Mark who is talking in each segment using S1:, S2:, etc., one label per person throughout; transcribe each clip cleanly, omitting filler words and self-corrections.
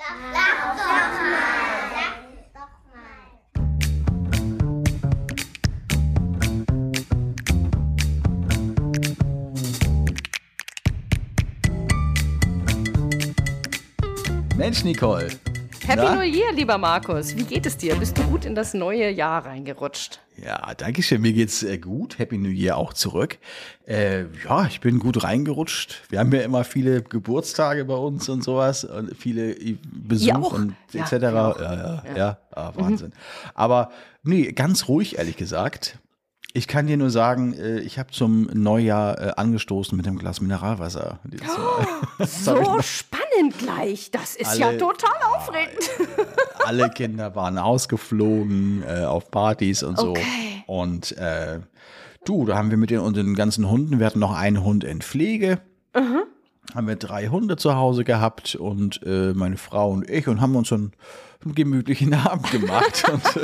S1: Sag doch mal.
S2: Mensch, Nicole.
S3: Happy New Year, lieber Markus. Wie geht es dir? Bist du gut in das neue Jahr reingerutscht?
S2: Ja, danke schön. Mir geht's gut. Happy New Year auch zurück. Ja, ich bin gut reingerutscht. Wir haben ja immer viele Geburtstage bei uns und sowas und viele Besuch und etc. Ja, Wahnsinn. Aber nee, ganz ruhig, ehrlich gesagt. Ich kann dir nur sagen, ich habe zum Neujahr angestoßen mit einem Glas Mineralwasser.
S3: So spannend gleich. Das ist ja total aufregend.
S2: Alle Kinder waren ausgeflogen auf Partys und so.
S3: Okay.
S2: Und da haben wir mit den ganzen Hunden, wir hatten noch einen Hund in Pflege. Haben wir 3 Hunde zu Hause gehabt und meine Frau und ich und haben uns so einen gemütlichen Abend gemacht.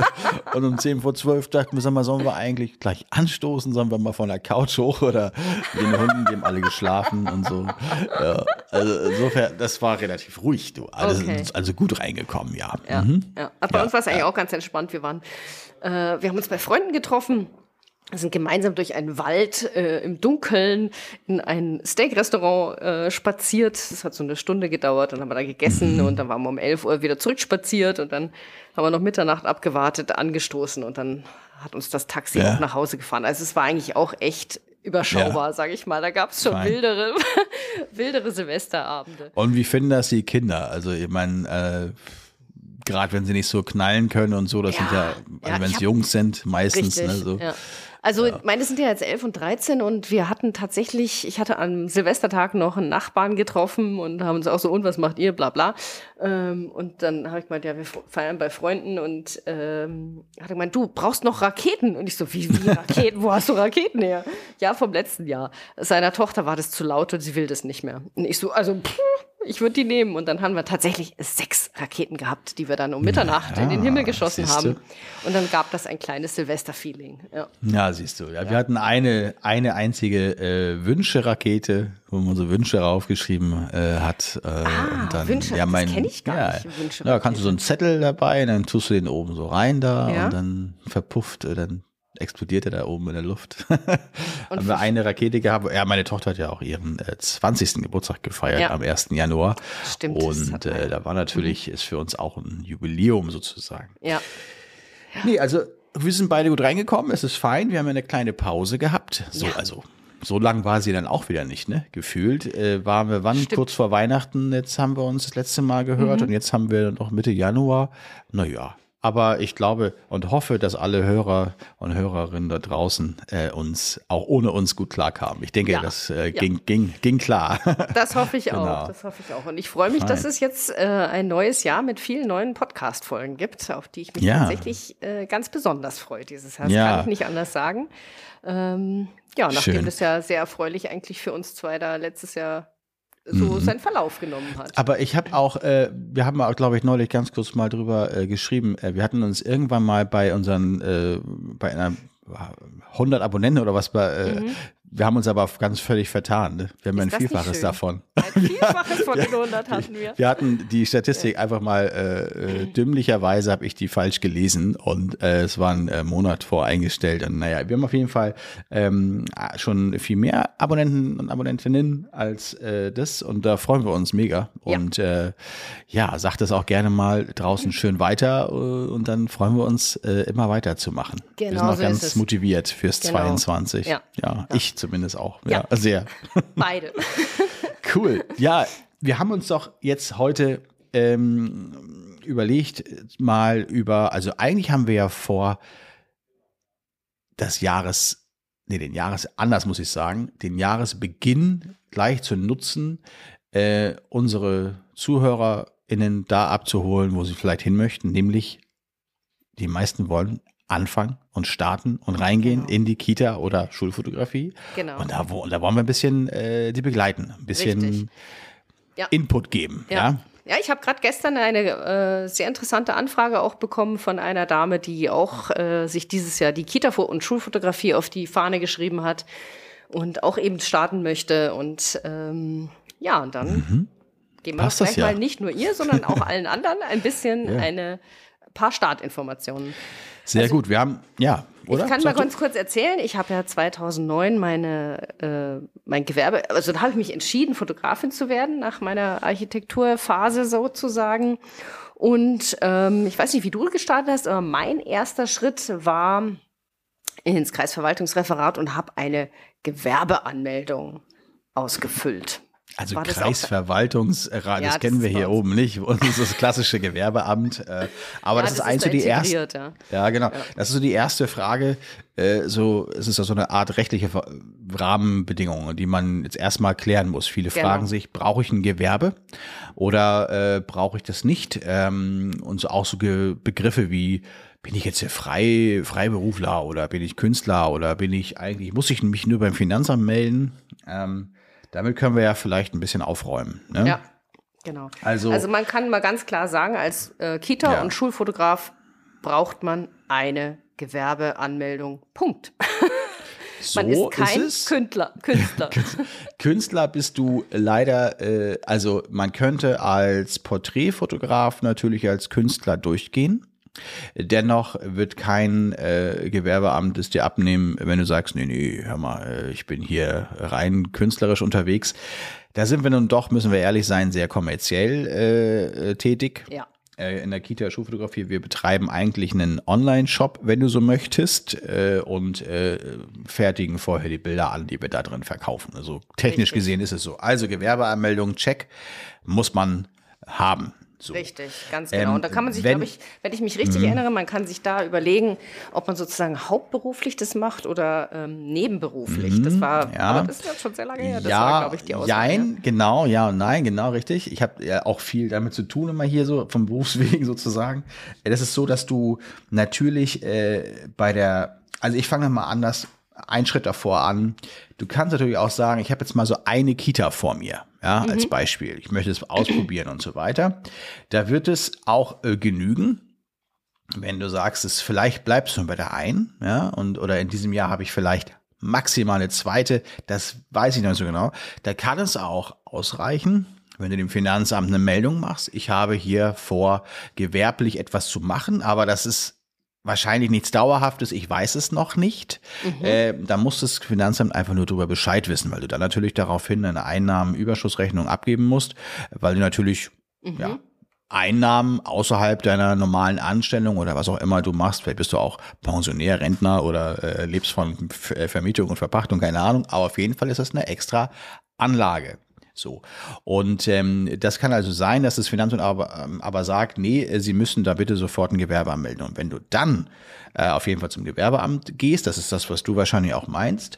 S2: Und um 10:40 dachten wir, sag mal, sollen wir eigentlich gleich anstoßen? Sollen wir mal von der Couch hoch oder mit den Hunden, die haben alle geschlafen und so. Ja, also insofern, das war relativ ruhig. Also gut reingekommen, ja.
S3: Ja. Bei uns war es eigentlich auch ganz entspannt. Wir haben uns bei Freunden getroffen. Sind gemeinsam durch einen Wald im Dunkeln in ein Steak-Restaurant spaziert. Das hat so eine Stunde gedauert. Dann haben wir da gegessen und dann waren wir um 11 Uhr wieder zurückspaziert und dann haben wir noch Mitternacht abgewartet, angestoabend und dann hat uns das Taxi auch nach Hause gefahren. Also es war eigentlich auch echt überschaubar, sage ich mal. Da gab es schon wildere Silvesterabende.
S2: Und wie finden das die Kinder? Also ich meine, gerade wenn sie nicht so knallen können und so, das sind wenn es Jungs sind, meistens.
S3: Richtig,
S2: ne, so.
S3: Ja. Also meine sind ja jetzt 11 und 13 und wir hatten tatsächlich, ich hatte am Silvestertag noch einen Nachbarn getroffen und haben uns auch so, und was macht ihr, bla bla. Und dann habe ich gemeint, ja, wir feiern bei Freunden und hat er gemeint, du brauchst noch Raketen. Und ich so, wie Raketen? Wo hast du Raketen her? Ja, vom letzten Jahr. Seiner Tochter war das zu laut und sie will das nicht mehr. Und ich so, ich würde die nehmen. Und dann haben wir tatsächlich 6 Raketen gehabt, die wir dann um Mitternacht in den Himmel geschossen haben. Und dann gab das ein kleines Silvesterfeeling.
S2: Ja, siehst du. Ja, wir hatten eine einzige Wünsche-Rakete, wo man so Wünsche raufgeschrieben hat. Und dann,
S3: Wünsche, das kenne ich gar nicht. Wünsche.
S2: Ja, kannst du so einen Zettel dabei, dann tust du den oben so rein da und dann verpufft, dann explodiert er da oben in der Luft. Haben wir eine Rakete gehabt. Ja, meine Tochter hat ja auch ihren 20. Geburtstag gefeiert am 1. Januar.
S3: Stimmt.
S2: Und da war natürlich, ist für uns auch ein Jubiläum sozusagen.
S3: Ja.
S2: Nee, also wir sind beide gut reingekommen, es ist fein. Wir haben eine kleine Pause gehabt. So lang war sie dann auch wieder nicht, ne? Gefühlt waren wir kurz vor Weihnachten, jetzt haben wir uns das letzte Mal gehört und jetzt haben wir noch Mitte Januar. Naja, aber ich glaube und hoffe, dass alle Hörer und Hörerinnen da draußen uns auch ohne uns gut klarkamen. Ich denke, das ging klar.
S3: Das hoffe ich auch. Das hoffe ich auch. Und ich freue mich, dass es jetzt ein neues Jahr mit vielen neuen Podcast-Folgen gibt, auf die ich mich tatsächlich ganz besonders freue dieses Jahr. Das kann ich nicht anders sagen. Nachdem das ja sehr erfreulich eigentlich für uns zwei da letztes Jahr so seinen Verlauf genommen hat.
S2: Aber ich habe auch, wir haben auch, glaube ich, neulich ganz kurz mal drüber geschrieben, wir hatten uns irgendwann mal bei bei einer 100 Abonnenten oder was, wir haben uns aber ganz völlig vertan. Ne? Wir haben ein Vielfaches davon.
S3: Ein Vielfaches von den 100 hatten wir.
S2: Wir hatten die Statistik einfach mal, dümmlicherweise habe ich die falsch gelesen und es war ein Monat voreingestellt. Und naja, wir haben auf jeden Fall schon viel mehr Abonnenten und Abonnentinnen als das und da freuen wir uns mega. Und sagt das auch gerne mal draußen schön weiter und dann freuen wir uns immer weiter zu machen.
S3: Genau,
S2: wir sind auch
S3: so
S2: ganz motiviert fürs 22. Ja, ich zumindest auch. Ja, sehr.
S3: Beide.
S2: Cool. Ja, wir haben uns doch jetzt heute überlegt, also eigentlich haben wir ja vor, den Jahresbeginn gleich zu nutzen, unsere ZuhörerInnen da abzuholen, wo sie vielleicht hin möchten, nämlich die meisten wollen anfangen und starten und reingehen in die Kita oder Schulfotografie.
S3: Genau.
S2: Und da wollen wir ein bisschen die begleiten, ein bisschen Input geben.
S3: Ja, ich habe gerade gestern eine sehr interessante Anfrage auch bekommen von einer Dame, die auch sich dieses Jahr die Kita- und Schulfotografie auf die Fahne geschrieben hat und auch eben starten möchte. Und und dann geben wir
S2: Passt
S3: doch
S2: das
S3: gleich
S2: ja.
S3: mal nicht nur ihr, sondern auch allen anderen ein bisschen
S2: Ja.
S3: ein paar Startinformationen.
S2: Sehr gut. Wir haben, ja, oder?
S3: Ich kann mal
S2: Sagst du?
S3: ganz kurz erzählen, ich habe ja 2009 mein Gewerbe, also da habe ich mich entschieden, Fotografin zu werden, nach meiner Architekturphase sozusagen. Und ich weiß nicht, wie du gestartet hast, aber mein erster Schritt war ins Kreisverwaltungsreferat und habe eine Gewerbeanmeldung ausgefüllt.
S2: Also
S3: War das auch-
S2: Kreisverwaltungsrat,
S3: Ja,
S2: das kennen
S3: das
S2: wir
S3: ist
S2: hier
S3: bei uns.
S2: oben nicht. Und das ist das klassische Gewerbeamt. Aber
S3: Ja,
S2: das ist
S3: das
S2: eins
S3: ist
S2: so
S3: da
S2: die erste.
S3: integriert, ja.
S2: Ja, genau. Das ist so die erste Frage. Es ist ja so eine Art rechtliche Rahmenbedingungen, die man jetzt erstmal klären muss. Viele
S3: Genau.
S2: fragen sich, brauche ich ein Gewerbe oder brauche ich das nicht? Und so auch so Begriffe wie, bin ich jetzt hier Freiberufler oder bin ich Künstler oder muss ich mich nur beim Finanzamt melden? Damit können wir ja vielleicht ein bisschen aufräumen. Ne?
S3: Ja, genau.
S2: Also-
S3: Also man kann mal ganz klar sagen, als Kita-
S2: Ja.
S3: und Schulfotograf braucht man eine Gewerbeanmeldung. Punkt. Man ist kein
S2: es.
S3: Künstler.
S2: Künstler bist du leider, also man könnte als Porträtfotograf natürlich als Künstler durchgehen. Dennoch wird kein Gewerbeamt es dir abnehmen, wenn du sagst, nee, hör mal, ich bin hier rein künstlerisch unterwegs. Da sind wir nun doch, müssen wir ehrlich sein, sehr kommerziell tätig.
S3: Ja.
S2: In der Kita-Schulfotografie. Wir betreiben eigentlich einen Online-Shop, wenn du so möchtest, und fertigen vorher die Bilder an, die wir da drin verkaufen. Also technisch
S3: Richtig.
S2: gesehen ist es so. Also Gewerbeanmeldung, check, muss man haben. So.
S3: Richtig, ganz genau. Und da kann man sich,
S2: wenn-
S3: glaube ich, wenn ich mich richtig erinnere, man kann sich da überlegen, ob man sozusagen hauptberuflich das macht oder nebenberuflich. Das war,
S2: ja.
S3: aber das ist jetzt schon sehr lange her. Das war, glaube ich, die Auswahl.
S2: jein, genau, ja und nein, genau richtig. Ich habe ja auch viel damit zu tun, immer hier so vom Berufswegen sozusagen. Das ist so, dass du natürlich also ich fange mal anders, einen Schritt davor an. Du kannst natürlich auch sagen, ich habe jetzt mal so eine Kita vor mir, ja, als Beispiel. Ich möchte es ausprobieren und so weiter. Da wird es auch genügen, wenn du sagst, vielleicht bleibst du bei der einen, ja, oder in diesem Jahr habe ich vielleicht maximal eine zweite, das weiß ich noch nicht so genau. Da kann es auch ausreichen, wenn du dem Finanzamt eine Meldung machst. Ich habe hier vor, gewerblich etwas zu machen, aber das ist wahrscheinlich nichts Dauerhaftes, ich weiß es noch nicht. Da muss das Finanzamt einfach nur darüber Bescheid wissen, weil du dann natürlich daraufhin eine Einnahmenüberschussrechnung abgeben musst, weil du natürlich ja, Einnahmen außerhalb deiner normalen Anstellung oder was auch immer du machst, vielleicht bist du auch Pensionär, Rentner oder lebst von Vermietung und Verpachtung, keine Ahnung, aber auf jeden Fall ist das eine extra Anlage. So. Und das kann also sein, dass das Finanzamt aber sagt, nee, Sie müssen da bitte sofort ein Gewerbe anmelden. Und wenn du dann auf jeden Fall zum Gewerbeamt gehst, das ist das, was du wahrscheinlich auch meinst,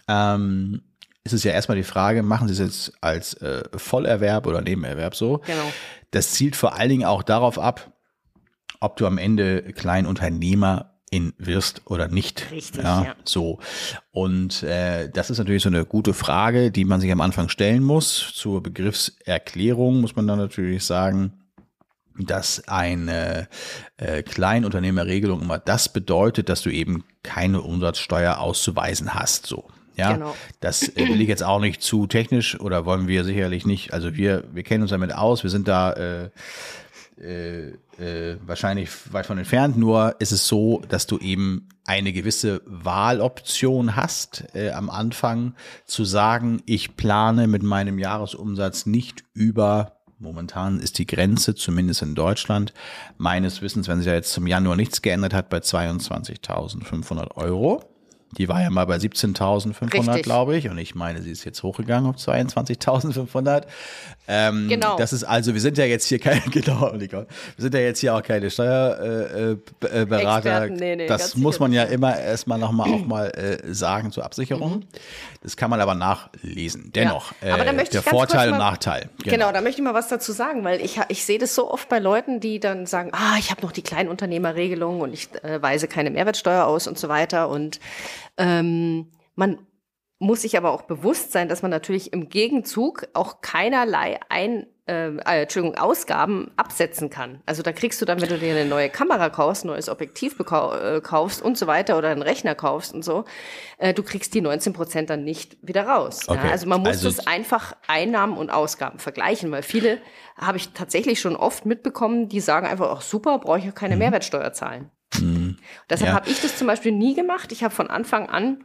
S2: ist es ja erstmal die Frage, machen Sie es jetzt als Vollerwerb oder Nebenerwerb so?
S3: Genau.
S2: Das zielt vor allen Dingen auch darauf ab, ob du am Ende Kleinunternehmer wirst oder nicht.
S3: Richtig, ja.
S2: So. Und das ist natürlich so eine gute Frage, die man sich am Anfang stellen muss. Zur Begriffserklärung muss man dann natürlich sagen, dass eine Kleinunternehmerregelung immer das bedeutet, dass du eben keine Umsatzsteuer auszuweisen hast. So. Ja,
S3: Genau.
S2: das will ich jetzt auch nicht zu technisch oder wollen wir sicherlich nicht. Also wir kennen uns damit aus, wir sind da wahrscheinlich weit von entfernt, nur ist es so, dass du eben eine gewisse Wahloption hast, am Anfang zu sagen, ich plane mit meinem Jahresumsatz nicht momentan ist die Grenze, zumindest in Deutschland, meines Wissens, wenn sich ja jetzt zum Januar nichts geändert hat, bei 22.500 Euro. Die war ja mal bei 17.500,
S3: Richtig.
S2: glaube ich. Und ich meine, sie ist jetzt hochgegangen auf 22.500.
S3: Genau.
S2: Das ist also, wir sind ja jetzt hier wir sind ja jetzt hier auch keine Steuerberater.
S3: Experten, nee,
S2: das
S3: ganz
S2: muss
S3: sicher
S2: man ja
S3: nicht.
S2: immer erstmal auch mal sagen zur Absicherung. Das kann man aber nachlesen. Dennoch,
S3: Ja. Aber da möchte
S2: der
S3: ich ganz
S2: Vorteil
S3: kurz
S2: und
S3: mal-
S2: Nachteil.
S3: Genau, da möchte ich mal was dazu sagen, weil ich sehe das so oft bei Leuten, die dann sagen, ich habe noch die Kleinunternehmerregelung und ich weise keine Mehrwertsteuer aus und so weiter. Und man muss sich aber auch bewusst sein, dass man natürlich im Gegenzug auch keinerlei Ausgaben absetzen kann. Also da kriegst du dann, wenn du dir eine neue Kamera kaufst, ein neues Objektiv kaufst und so weiter oder einen Rechner kaufst und so, du kriegst die 19% dann nicht wieder raus.
S2: Okay.
S3: Ja? Also man muss das einfach Einnahmen und Ausgaben vergleichen, weil viele habe ich tatsächlich schon oft mitbekommen, die sagen einfach, ach super, brauche ich ja keine Mehrwertsteuer zahlen. Deshalb habe ich das zum Beispiel nie gemacht. Ich habe von Anfang an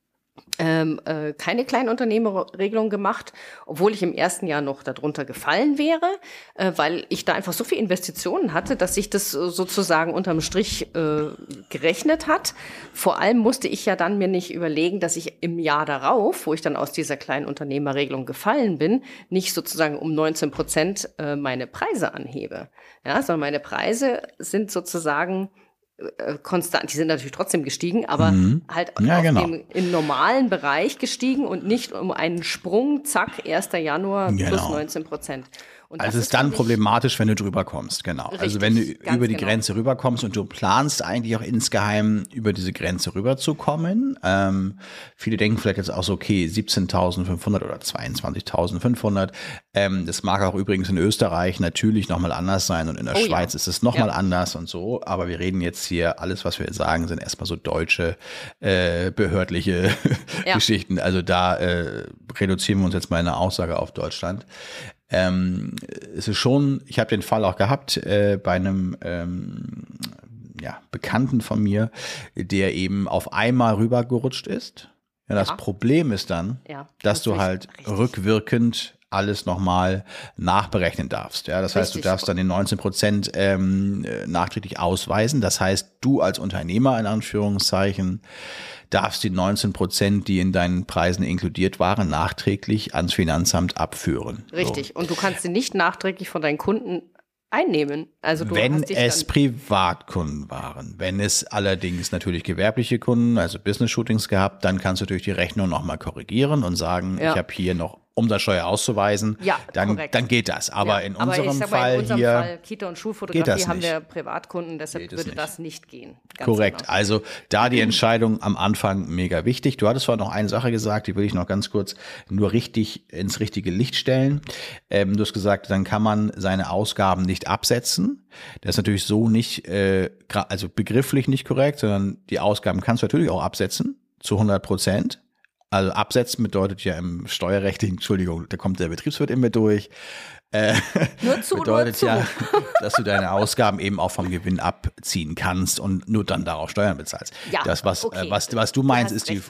S3: keine Kleinunternehmerregelung gemacht, obwohl ich im ersten Jahr noch darunter gefallen wäre, weil ich da einfach so viel Investitionen hatte, dass sich das sozusagen unterm Strich gerechnet hat. Vor allem musste ich ja dann mir nicht überlegen, dass ich im Jahr darauf, wo ich dann aus dieser Kleinunternehmerregelung gefallen bin, nicht sozusagen um 19% meine Preise anhebe. Ja, sondern meine Preise sind sozusagen konstant, die sind natürlich trotzdem gestiegen, aber halt im normalen Bereich gestiegen und nicht um einen Sprung, zack, 1. Januar plus 19%. Und
S2: also es ist dann problematisch, wenn du drüber kommst, genau.
S3: Richtig,
S2: also wenn du über die Grenze rüberkommst und du planst eigentlich auch insgeheim über diese Grenze rüberzukommen. Viele denken vielleicht jetzt auch so, okay, 17.500 oder 22.500. Das mag auch übrigens in Österreich natürlich nochmal anders sein und in der Schweiz ist es nochmal anders und so. Aber wir reden jetzt hier, alles was wir jetzt sagen, sind erstmal so deutsche behördliche Geschichten. Also da reduzieren wir uns jetzt mal eine Aussage auf Deutschland. Es ist schon, ich habe den Fall auch gehabt bei einem Bekannten von mir, der eben auf einmal rübergerutscht ist. Ja, das Problem ist dann, dass du halt rückwirkend alles nochmal nachberechnen darfst. Ja, das heißt, du darfst dann den 19% nachträglich ausweisen. Das heißt, du als Unternehmer in Anführungszeichen darfst die 19%, die in deinen Preisen inkludiert waren, nachträglich ans Finanzamt abführen.
S3: Richtig. So. Und du kannst sie nicht nachträglich von deinen Kunden einnehmen. Also du
S2: wenn es Privatkunden waren. Wenn es allerdings natürlich gewerbliche Kunden, also Business-Shootings gehabt, dann kannst du durch die Rechnung nochmal korrigieren und sagen, ich habe hier noch Umsatzsteuer auszuweisen, dann geht das. Aber in unserem Fall hier
S3: Kita- und Schulfotografie haben wir Privatkunden, deshalb würde das nicht gehen.
S2: Korrekt. Genau. Also da die Entscheidung am Anfang mega wichtig. Du hattest zwar noch eine Sache gesagt, die will ich noch ganz kurz nur richtig ins richtige Licht stellen. Du hast gesagt, dann kann man seine Ausgaben nicht absetzen. Das ist natürlich so nicht, also begrifflich nicht korrekt, sondern die Ausgaben kannst du natürlich auch absetzen zu 100%. Also absetzen bedeutet ja im steuerrechtlichen, Entschuldigung, da kommt der Betriebswirt in mir durch. Bedeutet ja, dass du deine Ausgaben eben auch vom Gewinn abziehen kannst und nur dann darauf Steuern bezahlst. Ja, das, was du meinst, ist die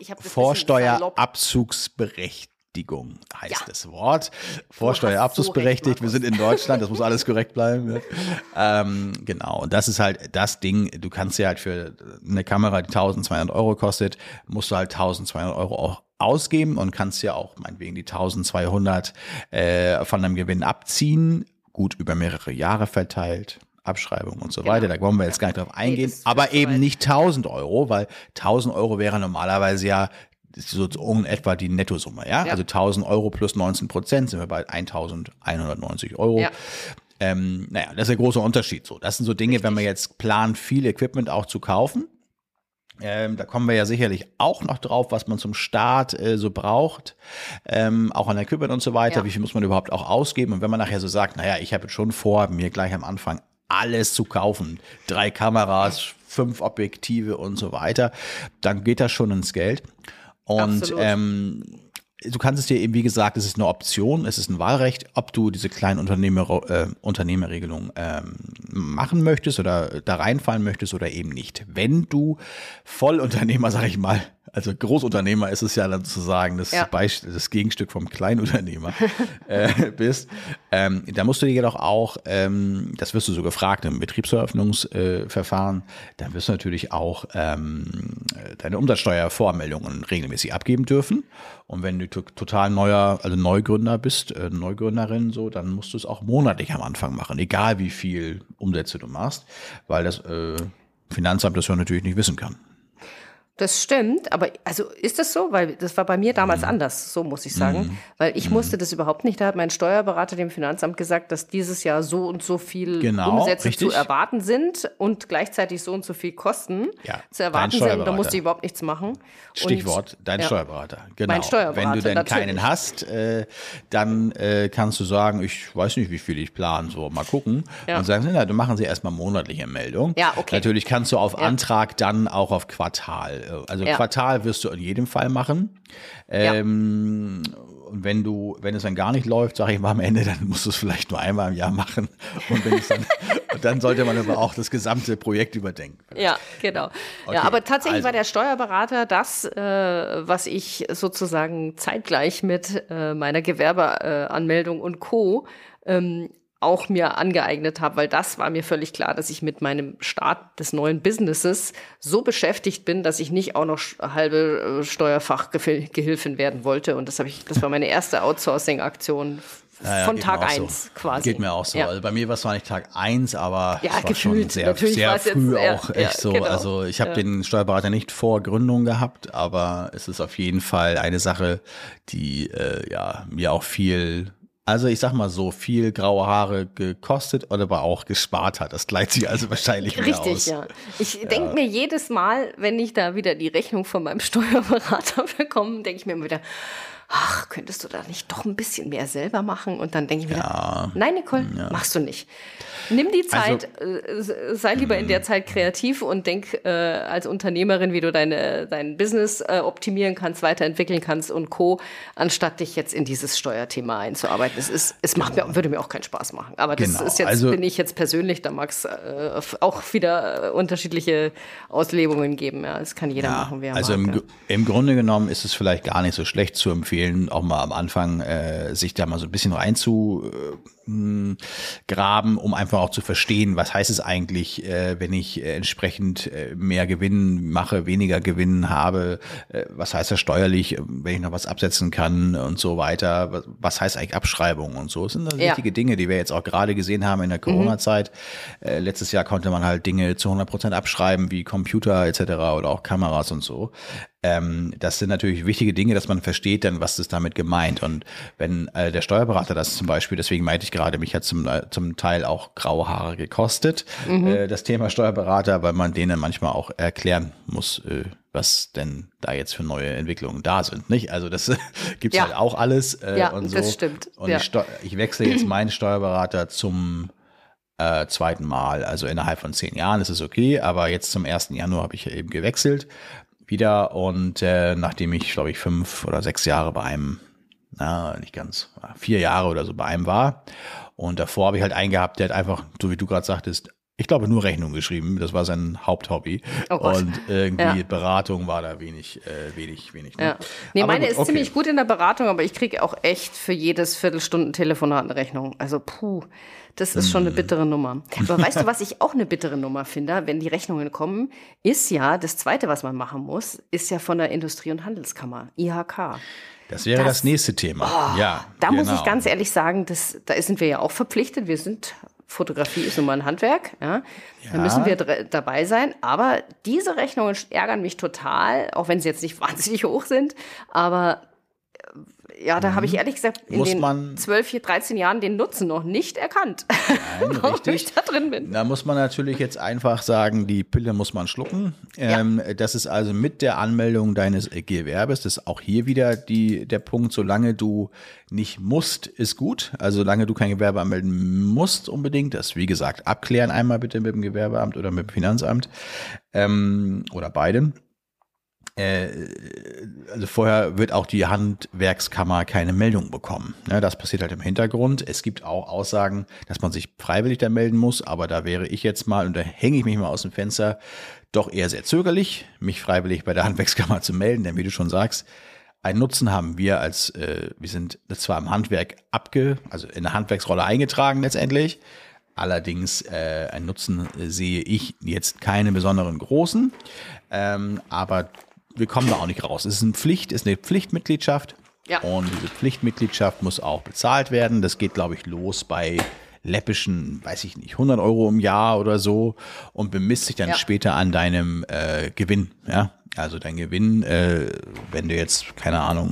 S2: Vorsteuerabzugsberechtigung, heißt das Wort. Vorsteuerabzugsberechtigt, wir sind in Deutschland, das muss alles korrekt bleiben. Genau, und das ist halt das Ding, du kannst ja halt für eine Kamera, die 1.200 Euro kostet, musst du halt 1.200 Euro auch ausgeben und kannst ja auch meinetwegen die 1.200 von deinem Gewinn abziehen, gut über mehrere Jahre verteilt, Abschreibung und so weiter, da wollen wir jetzt gar nicht drauf eingehen, aber eben nicht 1.000 Euro, weil 1.000 Euro wäre normalerweise ja so in etwa die Nettosumme, ja? Also 1.000 Euro plus 19% sind wir bei 1.190 Euro. Ja. Das ist der große Unterschied. So, das sind so Dinge, wenn man jetzt plant, viel Equipment auch zu kaufen. Da kommen wir ja sicherlich auch noch drauf, was man zum Start so braucht, auch an Equipment und so weiter. Wie viel muss man überhaupt auch ausgeben? Und wenn man nachher so sagt, naja, ich habe jetzt schon vor, mir gleich am Anfang alles zu kaufen, 3 Kameras, 5 Objektive und so weiter, dann geht das schon ins Geld. Und du kannst es dir eben, wie gesagt, es ist eine Option, es ist ein Wahlrecht, ob du diese kleinen Unternehmerregelung machen möchtest oder da reinfallen möchtest oder eben nicht. Wenn du Vollunternehmer, sag ich mal, also Großunternehmer ist es ja dann sozusagen das Gegenstück vom Kleinunternehmer bist, da musst du dir jedoch auch, das wirst du so gefragt im Betriebseröffnungsverfahren, dann wirst du natürlich auch deine Umsatzsteuervoranmeldungen regelmäßig abgeben dürfen. Und wenn du total Neugründer bist, Neugründerin, so, dann musst du es auch monatlich am Anfang machen, egal wie viel Umsätze du machst, weil das Finanzamt das ja natürlich nicht wissen kann.
S3: Das stimmt, aber also ist das so? Weil das war bei mir damals anders, so muss ich sagen. Weil ich musste das überhaupt nicht. Da hat mein Steuerberater dem Finanzamt gesagt, dass dieses Jahr so und so viel Umsätze
S2: richtig.
S3: zu erwarten sind und gleichzeitig so und so viel Kosten zu erwarten
S2: dein
S3: sind. Und da
S2: Steuerberater.
S3: musste ich überhaupt nichts machen.
S2: Stichwort, dein Steuerberater. Genau.
S3: Mein Steuerberater,
S2: Wenn du denn
S3: natürlich.
S2: keinen hast, dann kannst du sagen, ich weiß nicht, wie viel ich plane, so mal gucken.
S3: Ja.
S2: Und sagen sie, na, dann machen sie erstmal monatliche Meldung.
S3: Ja, okay.
S2: Natürlich kannst du auf Antrag dann auch auf Quartal. Also Quartal wirst du in jedem Fall machen. Und wenn es dann gar nicht läuft, sage ich mal am Ende, dann musst du es vielleicht nur einmal im Jahr machen. Und dann sollte man aber auch das gesamte Projekt überdenken.
S3: Ja, genau.
S2: Okay,
S3: Ja, aber tatsächlich
S2: also.
S3: war der Steuerberater das, was ich sozusagen zeitgleich mit meiner Gewerbeanmeldung und Co. Auch mir angeeignet habe, weil das war mir völlig klar, dass ich mit meinem Start des neuen Businesses so beschäftigt bin, dass ich nicht auch noch halbe Steuerfachgehilfin werden wollte. Und das war meine erste Outsourcing-Aktion von
S2: geht
S3: Tag
S2: mir auch
S3: 1 quasi.
S2: Geht mir auch so.
S3: Ja.
S2: Also bei mir war es zwar nicht Tag 1, aber
S3: Ja,
S2: es war
S3: gefühlt.
S2: schon sehr,
S3: Natürlich
S2: sehr
S3: war es jetzt
S2: früh
S3: eher-
S2: auch echt
S3: ja,
S2: so.
S3: genau.
S2: Also ich habe den Steuerberater nicht vor Gründung gehabt, aber es ist auf jeden Fall eine Sache, die mir auch viel, also ich sag mal so, viel graue Haare gekostet oder aber auch gespart hat. Das gleicht sich also wahrscheinlich wieder aus.
S3: Richtig, ja. Ich denke mir jedes Mal, wenn ich da wieder die Rechnung von meinem Steuerberater bekomme, denke ich mir immer wieder, ach, könntest du da nicht doch ein bisschen mehr selber machen? Und dann denke ich mir, nein, Nicole, machst du nicht. Nimm die Zeit, sei lieber in der Zeit kreativ und denk als Unternehmerin, wie du dein Business optimieren kannst, weiterentwickeln kannst und Co., anstatt dich jetzt in dieses Steuerthema einzuarbeiten. Würde mir auch keinen Spaß machen. Aber das ist jetzt, bin ich jetzt persönlich, da mag es auch wieder unterschiedliche Auslebungen geben. Ja, das kann jeder machen, wer mag.
S2: Im Grunde genommen ist es vielleicht gar nicht so schlecht zu empfehlen, auch mal am Anfang sich da mal so ein bisschen reinzugraben, um einfach auch zu verstehen, was heißt es eigentlich, wenn ich entsprechend mehr Gewinn mache, weniger Gewinn habe, was heißt das steuerlich, wenn ich noch was absetzen kann und so weiter, was heißt eigentlich Abschreibung und so. Das sind wichtige Dinge, die wir jetzt auch gerade gesehen haben in der Corona-Zeit. Letztes Jahr konnte man halt Dinge zu 100% abschreiben, wie Computer etc. oder auch Kameras und so. Das sind natürlich wichtige Dinge, dass man versteht dann, was ist damit gemeint. Und wenn der Steuerberater das zum Beispiel, deswegen meinte ich gerade, mich hat zum Teil auch graue Haare gekostet, das Thema Steuerberater, weil man denen manchmal auch erklären muss, was denn da jetzt für neue Entwicklungen da sind, nicht? Also das gibt's halt auch alles. Und so.
S3: Das stimmt.
S2: Und ich wechsle jetzt meinen Steuerberater zum zweiten Mal, also innerhalb von 10 Jahren ist es okay, aber jetzt zum 1. Januar habe ich eben gewechselt wieder und nachdem ich, glaube ich, 5 oder 6 Jahre bei einem, nicht ganz, 4 Jahre oder so bei einem war und davor habe ich halt einen gehabt, der hat einfach, so wie du gerade sagtest, ich glaube nur Rechnung geschrieben, das war sein Haupthobby und irgendwie Beratung war da wenig. Ne?
S3: Ja. Nee,
S2: aber
S3: meine
S2: gut,
S3: ist ziemlich gut in der Beratung, aber ich kriege auch echt für jedes Viertelstunden-Telefonat eine Rechnung. Also das ist schon eine bittere Nummer. Aber weißt du, was ich auch eine bittere Nummer finde, wenn die Rechnungen kommen, ist ja, das Zweite, was man machen muss, ist ja von der Industrie- und Handelskammer, IHK.
S2: Das wäre das nächste Thema.
S3: Da muss ich ganz ehrlich sagen, da sind wir ja auch verpflichtet. Fotografie ist nun mal ein Handwerk, ja. Da müssen wir dabei sein. Aber diese Rechnungen ärgern mich total, auch wenn sie jetzt nicht wahnsinnig hoch sind. Aber da habe ich ehrlich gesagt in den 12, 13 Jahren den Nutzen noch nicht erkannt, warum ich da drin bin.
S2: Da muss man natürlich jetzt einfach sagen, die Pille muss man schlucken. Das ist also mit der Anmeldung deines Gewerbes, das ist auch hier wieder der Punkt, solange du nicht musst, ist gut. Also solange du kein Gewerbe anmelden musst unbedingt, das wie gesagt abklären einmal bitte mit dem Gewerbeamt oder mit dem Finanzamt oder beiden. Also vorher wird auch die Handwerkskammer keine Meldung bekommen. Das passiert halt im Hintergrund. Es gibt auch Aussagen, dass man sich freiwillig da melden muss, aber da wäre ich jetzt mal, und da hänge ich mich mal aus dem Fenster, doch eher sehr zögerlich, mich freiwillig bei der Handwerkskammer zu melden, denn wie du schon sagst, einen Nutzen haben wir wir sind zwar im Handwerk also in der Handwerksrolle eingetragen letztendlich, allerdings einen Nutzen sehe ich jetzt keine besonderen großen, aber wir kommen da auch nicht raus. Es ist eine Pflichtmitgliedschaft und diese Pflichtmitgliedschaft muss auch bezahlt werden. Das geht, glaube ich, los bei läppischen, weiß ich nicht, 100 Euro im Jahr oder so und bemisst sich dann später an deinem Gewinn. Ja, also dein Gewinn, wenn du jetzt, keine Ahnung,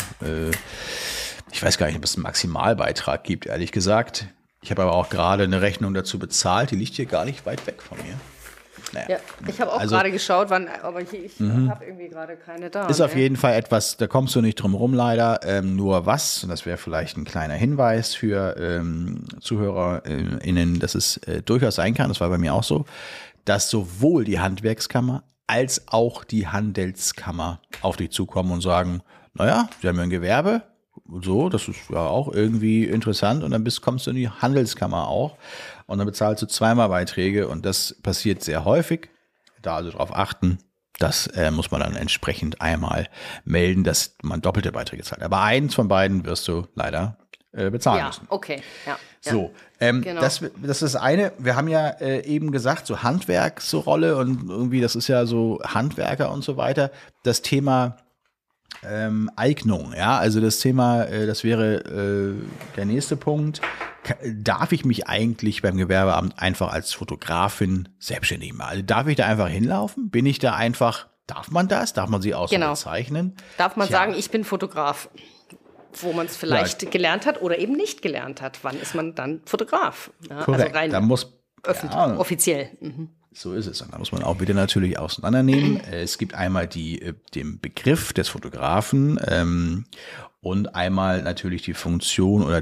S2: ich weiß gar nicht, ob es einen Maximalbeitrag gibt, ehrlich gesagt. Ich habe aber auch gerade eine Rechnung dazu bezahlt, die liegt hier gar nicht weit weg von mir. Naja.
S3: Ja, ich habe auch gerade geschaut, aber ich habe irgendwie gerade keine da.
S2: Ist auf jeden Fall etwas, da kommst du nicht drum rum leider. Nur was, und das wäre vielleicht ein kleiner Hinweis für ZuhörerInnen, dass es durchaus sein kann, das war bei mir auch so, dass sowohl die Handwerkskammer als auch die Handelskammer auf dich zukommen und sagen, naja, sie haben ja ein Gewerbe, so, das ist ja auch irgendwie interessant und dann kommst du in die Handelskammer auch und dann bezahlst du zweimal Beiträge und das passiert sehr häufig. Da also darauf achten, das muss man dann entsprechend einmal melden, dass man doppelte Beiträge zahlt. Aber eins von beiden wirst du leider bezahlen müssen.
S3: Okay. Ja,
S2: so,
S3: genau.
S2: das ist das eine. Wir haben ja eben gesagt, so Handwerksrolle und irgendwie, das ist ja so Handwerker und so weiter. Das Thema Eignung, ja, also das Thema, das wäre der nächste Punkt. Darf ich mich eigentlich beim Gewerbeamt einfach als Fotografin selbstständig machen? Also darf ich da einfach hinlaufen? Bin ich da einfach, darf man das? Darf man sie auch so bezeichnen?
S3: Darf man sagen, ich bin Fotograf? Wo man es vielleicht gelernt hat oder eben nicht gelernt hat. Wann ist man dann Fotograf? Ja,
S2: korrekt,
S3: also rein
S2: da muss
S3: offiziell. Mhm.
S2: So ist es. Und da muss man auch wieder natürlich auseinandernehmen. Es gibt einmal den Begriff des Fotografen und einmal natürlich die Funktion oder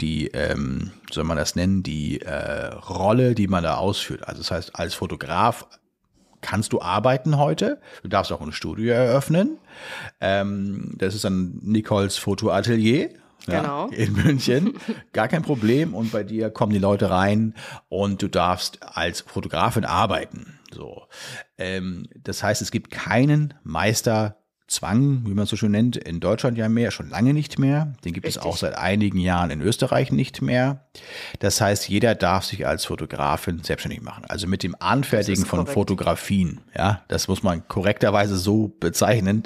S2: soll man das nennen, die Rolle, die man da ausführt. Also das heißt, als Fotograf kannst du arbeiten heute. Du darfst auch ein Studio eröffnen. Das ist dann Nicoles Fotoatelier. Ja,
S3: genau.
S2: In München. Gar kein Problem. Und bei dir kommen die Leute rein und du darfst als Fotografin arbeiten. So. Das heißt, es gibt keinen Meisterzwang, wie man es so schön nennt, in Deutschland ja mehr, schon lange nicht mehr. Den gibt es auch seit einigen Jahren in Österreich nicht mehr. Das heißt, jeder darf sich als Fotografin selbstständig machen. Also mit dem Anfertigen von Fotografien. Ja, das muss man korrekterweise so bezeichnen.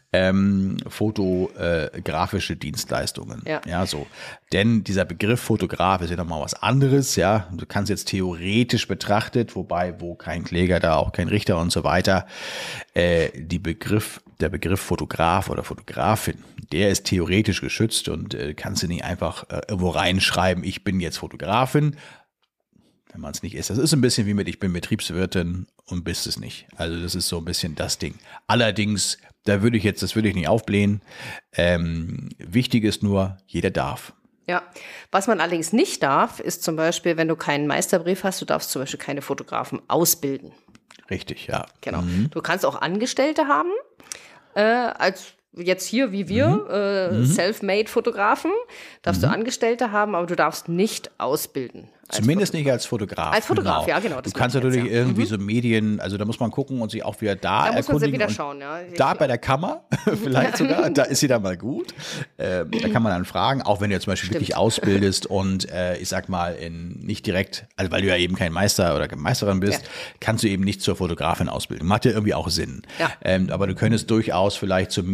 S2: Fotografische Dienstleistungen. Ja, so. Denn dieser Begriff Fotograf ist ja nochmal was anderes, ja. Du kannst jetzt theoretisch betrachtet, wo kein Kläger da, auch kein Richter und so weiter, der Begriff Fotograf oder Fotografin, der ist theoretisch geschützt und kannst du nicht einfach irgendwo reinschreiben, ich bin jetzt Fotografin, wenn man es nicht ist. Das ist ein bisschen wie ich bin Betriebswirtin und bist es nicht. Also das ist so ein bisschen das Ding. Allerdings, das würde ich nicht aufblähen. Wichtig ist nur, jeder darf.
S3: Ja, was man allerdings nicht darf, ist zum Beispiel, wenn du keinen Meisterbrief hast, du darfst zum Beispiel keine Fotografen ausbilden.
S2: Richtig, ja.
S3: Genau. Du kannst auch Angestellte haben, als jetzt hier wie wir, Self-Made-Fotografen, darfst du Angestellte haben, aber du darfst nicht ausbilden.
S2: Zumindest nicht als Fotograf.
S3: Als Fotograf, ja, genau.
S2: Du kannst natürlich irgendwie so Medien, also da muss man gucken und sich auch wieder da erkundigen.
S3: Da muss man wieder schauen, ja.
S2: Da bei der Kammer, vielleicht sogar, da ist sie dann mal gut. Da kann man dann fragen, auch wenn du jetzt zum Beispiel wirklich ausbildest und ich sag mal, nicht direkt, also weil du ja eben kein Meister oder Meisterin bist, kannst du eben nicht zur Fotografin ausbilden. Macht ja irgendwie auch Sinn. Ja. Aber du könntest durchaus vielleicht zum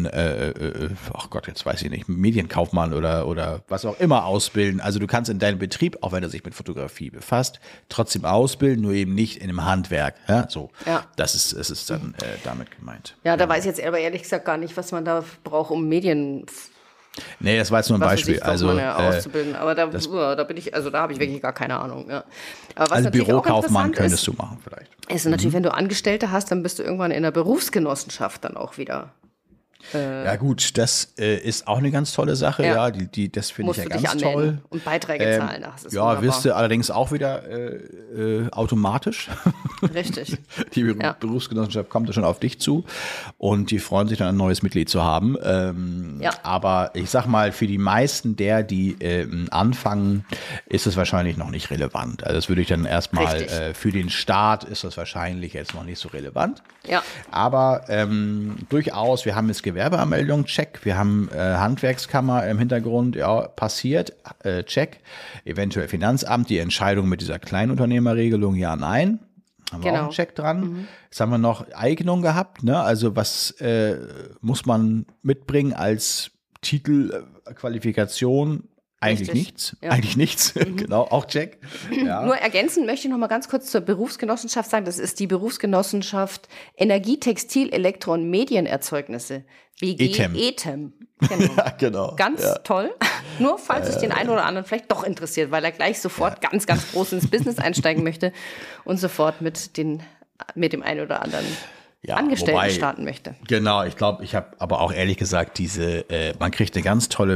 S2: jetzt weiß ich nicht, Medienkaufmann oder was auch immer ausbilden. Also du kannst in deinem Betrieb, auch wenn er sich mit Fotografie befasst, trotzdem ausbilden, nur eben nicht in einem Handwerk. Ja, so. Ja. Das ist dann damit gemeint.
S3: Ja, da weiß ich jetzt aber ehrlich gesagt gar nicht, was man da braucht, um Medien.
S2: Nee, das war jetzt nur ein Beispiel.
S3: Auszubilden. Aber da habe ich wirklich gar keine Ahnung. Ja. Aber was
S2: also Bürokaufmann könntest du machen vielleicht.
S3: Ist natürlich, wenn du Angestellte hast, dann bist du irgendwann in der Berufsgenossenschaft dann auch wieder.
S2: Ja gut, das ist auch eine ganz tolle Sache, ja, das finde ich ja ganz toll.
S3: Und Beiträge zahlen. Das ist
S2: wunderbar. Wirst du allerdings auch wieder automatisch.
S3: Richtig.
S2: Die Berufsgenossenschaft kommt ja schon auf dich zu und die freuen sich dann, ein neues Mitglied zu haben. Aber ich sag mal, für die meisten die anfangen, ist es wahrscheinlich noch nicht relevant. Also das würde ich dann erstmal, für den Start ist das wahrscheinlich jetzt noch nicht so relevant. Ja. Aber durchaus, wir haben jetzt Gewerbeanmeldung, check. Wir haben Handwerkskammer im Hintergrund, ja, passiert, check. Eventuell Finanzamt, die Entscheidung mit dieser Kleinunternehmerregelung, ja, nein. Haben wir auch einen Check dran. Jetzt haben wir noch Eignung gehabt, ne? Also was muss man mitbringen als Titel, Qualifikation? Eigentlich
S3: Richtig.
S2: nichts.
S3: Ja.
S2: Eigentlich nichts. Genau, auch check. Ja.
S3: Nur ergänzend möchte ich noch mal ganz kurz zur Berufsgenossenschaft sagen. Das ist die Berufsgenossenschaft Energie, Textil, Elektro- und Medienerzeugnisse. BG
S2: ETEM.
S3: ETEM. Genau.
S2: Ja, genau.
S3: Ganz toll. Nur falls es den einen oder anderen vielleicht doch interessiert, weil er gleich sofort ganz, ganz groß ins Business einsteigen möchte und sofort mit dem einen oder anderen Angestellten starten möchte.
S2: Genau, ich glaube, ich habe aber auch ehrlich gesagt man kriegt eine ganz tolle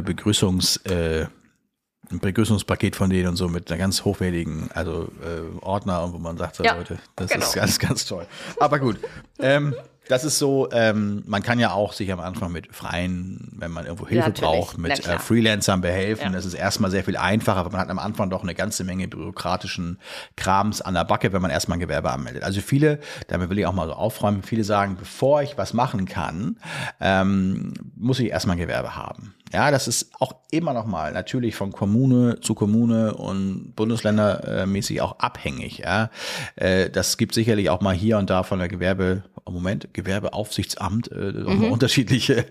S2: ein Begrüßungspaket von denen und so mit einer ganz hochwertigen, Ordner, wo man sagt, so, Leute, das ist ganz, ganz toll. Aber gut, das ist so, man kann ja auch sich am Anfang mit freien, wenn man irgendwo Hilfe braucht, mit Freelancern behelfen. Das ist erstmal sehr viel einfacher, aber man hat am Anfang doch eine ganze Menge bürokratischen Krams an der Backe, wenn man erstmal ein Gewerbe anmeldet. Also viele, damit will ich auch mal so aufräumen, viele sagen, bevor ich was machen kann, muss ich erstmal ein Gewerbe haben. Ja, das ist auch immer noch mal natürlich von Kommune zu Kommune und bundesländermäßig auch abhängig. Ja, das gibt sicherlich auch mal hier und da von der Gewerbeaufsichtsamt unterschiedliche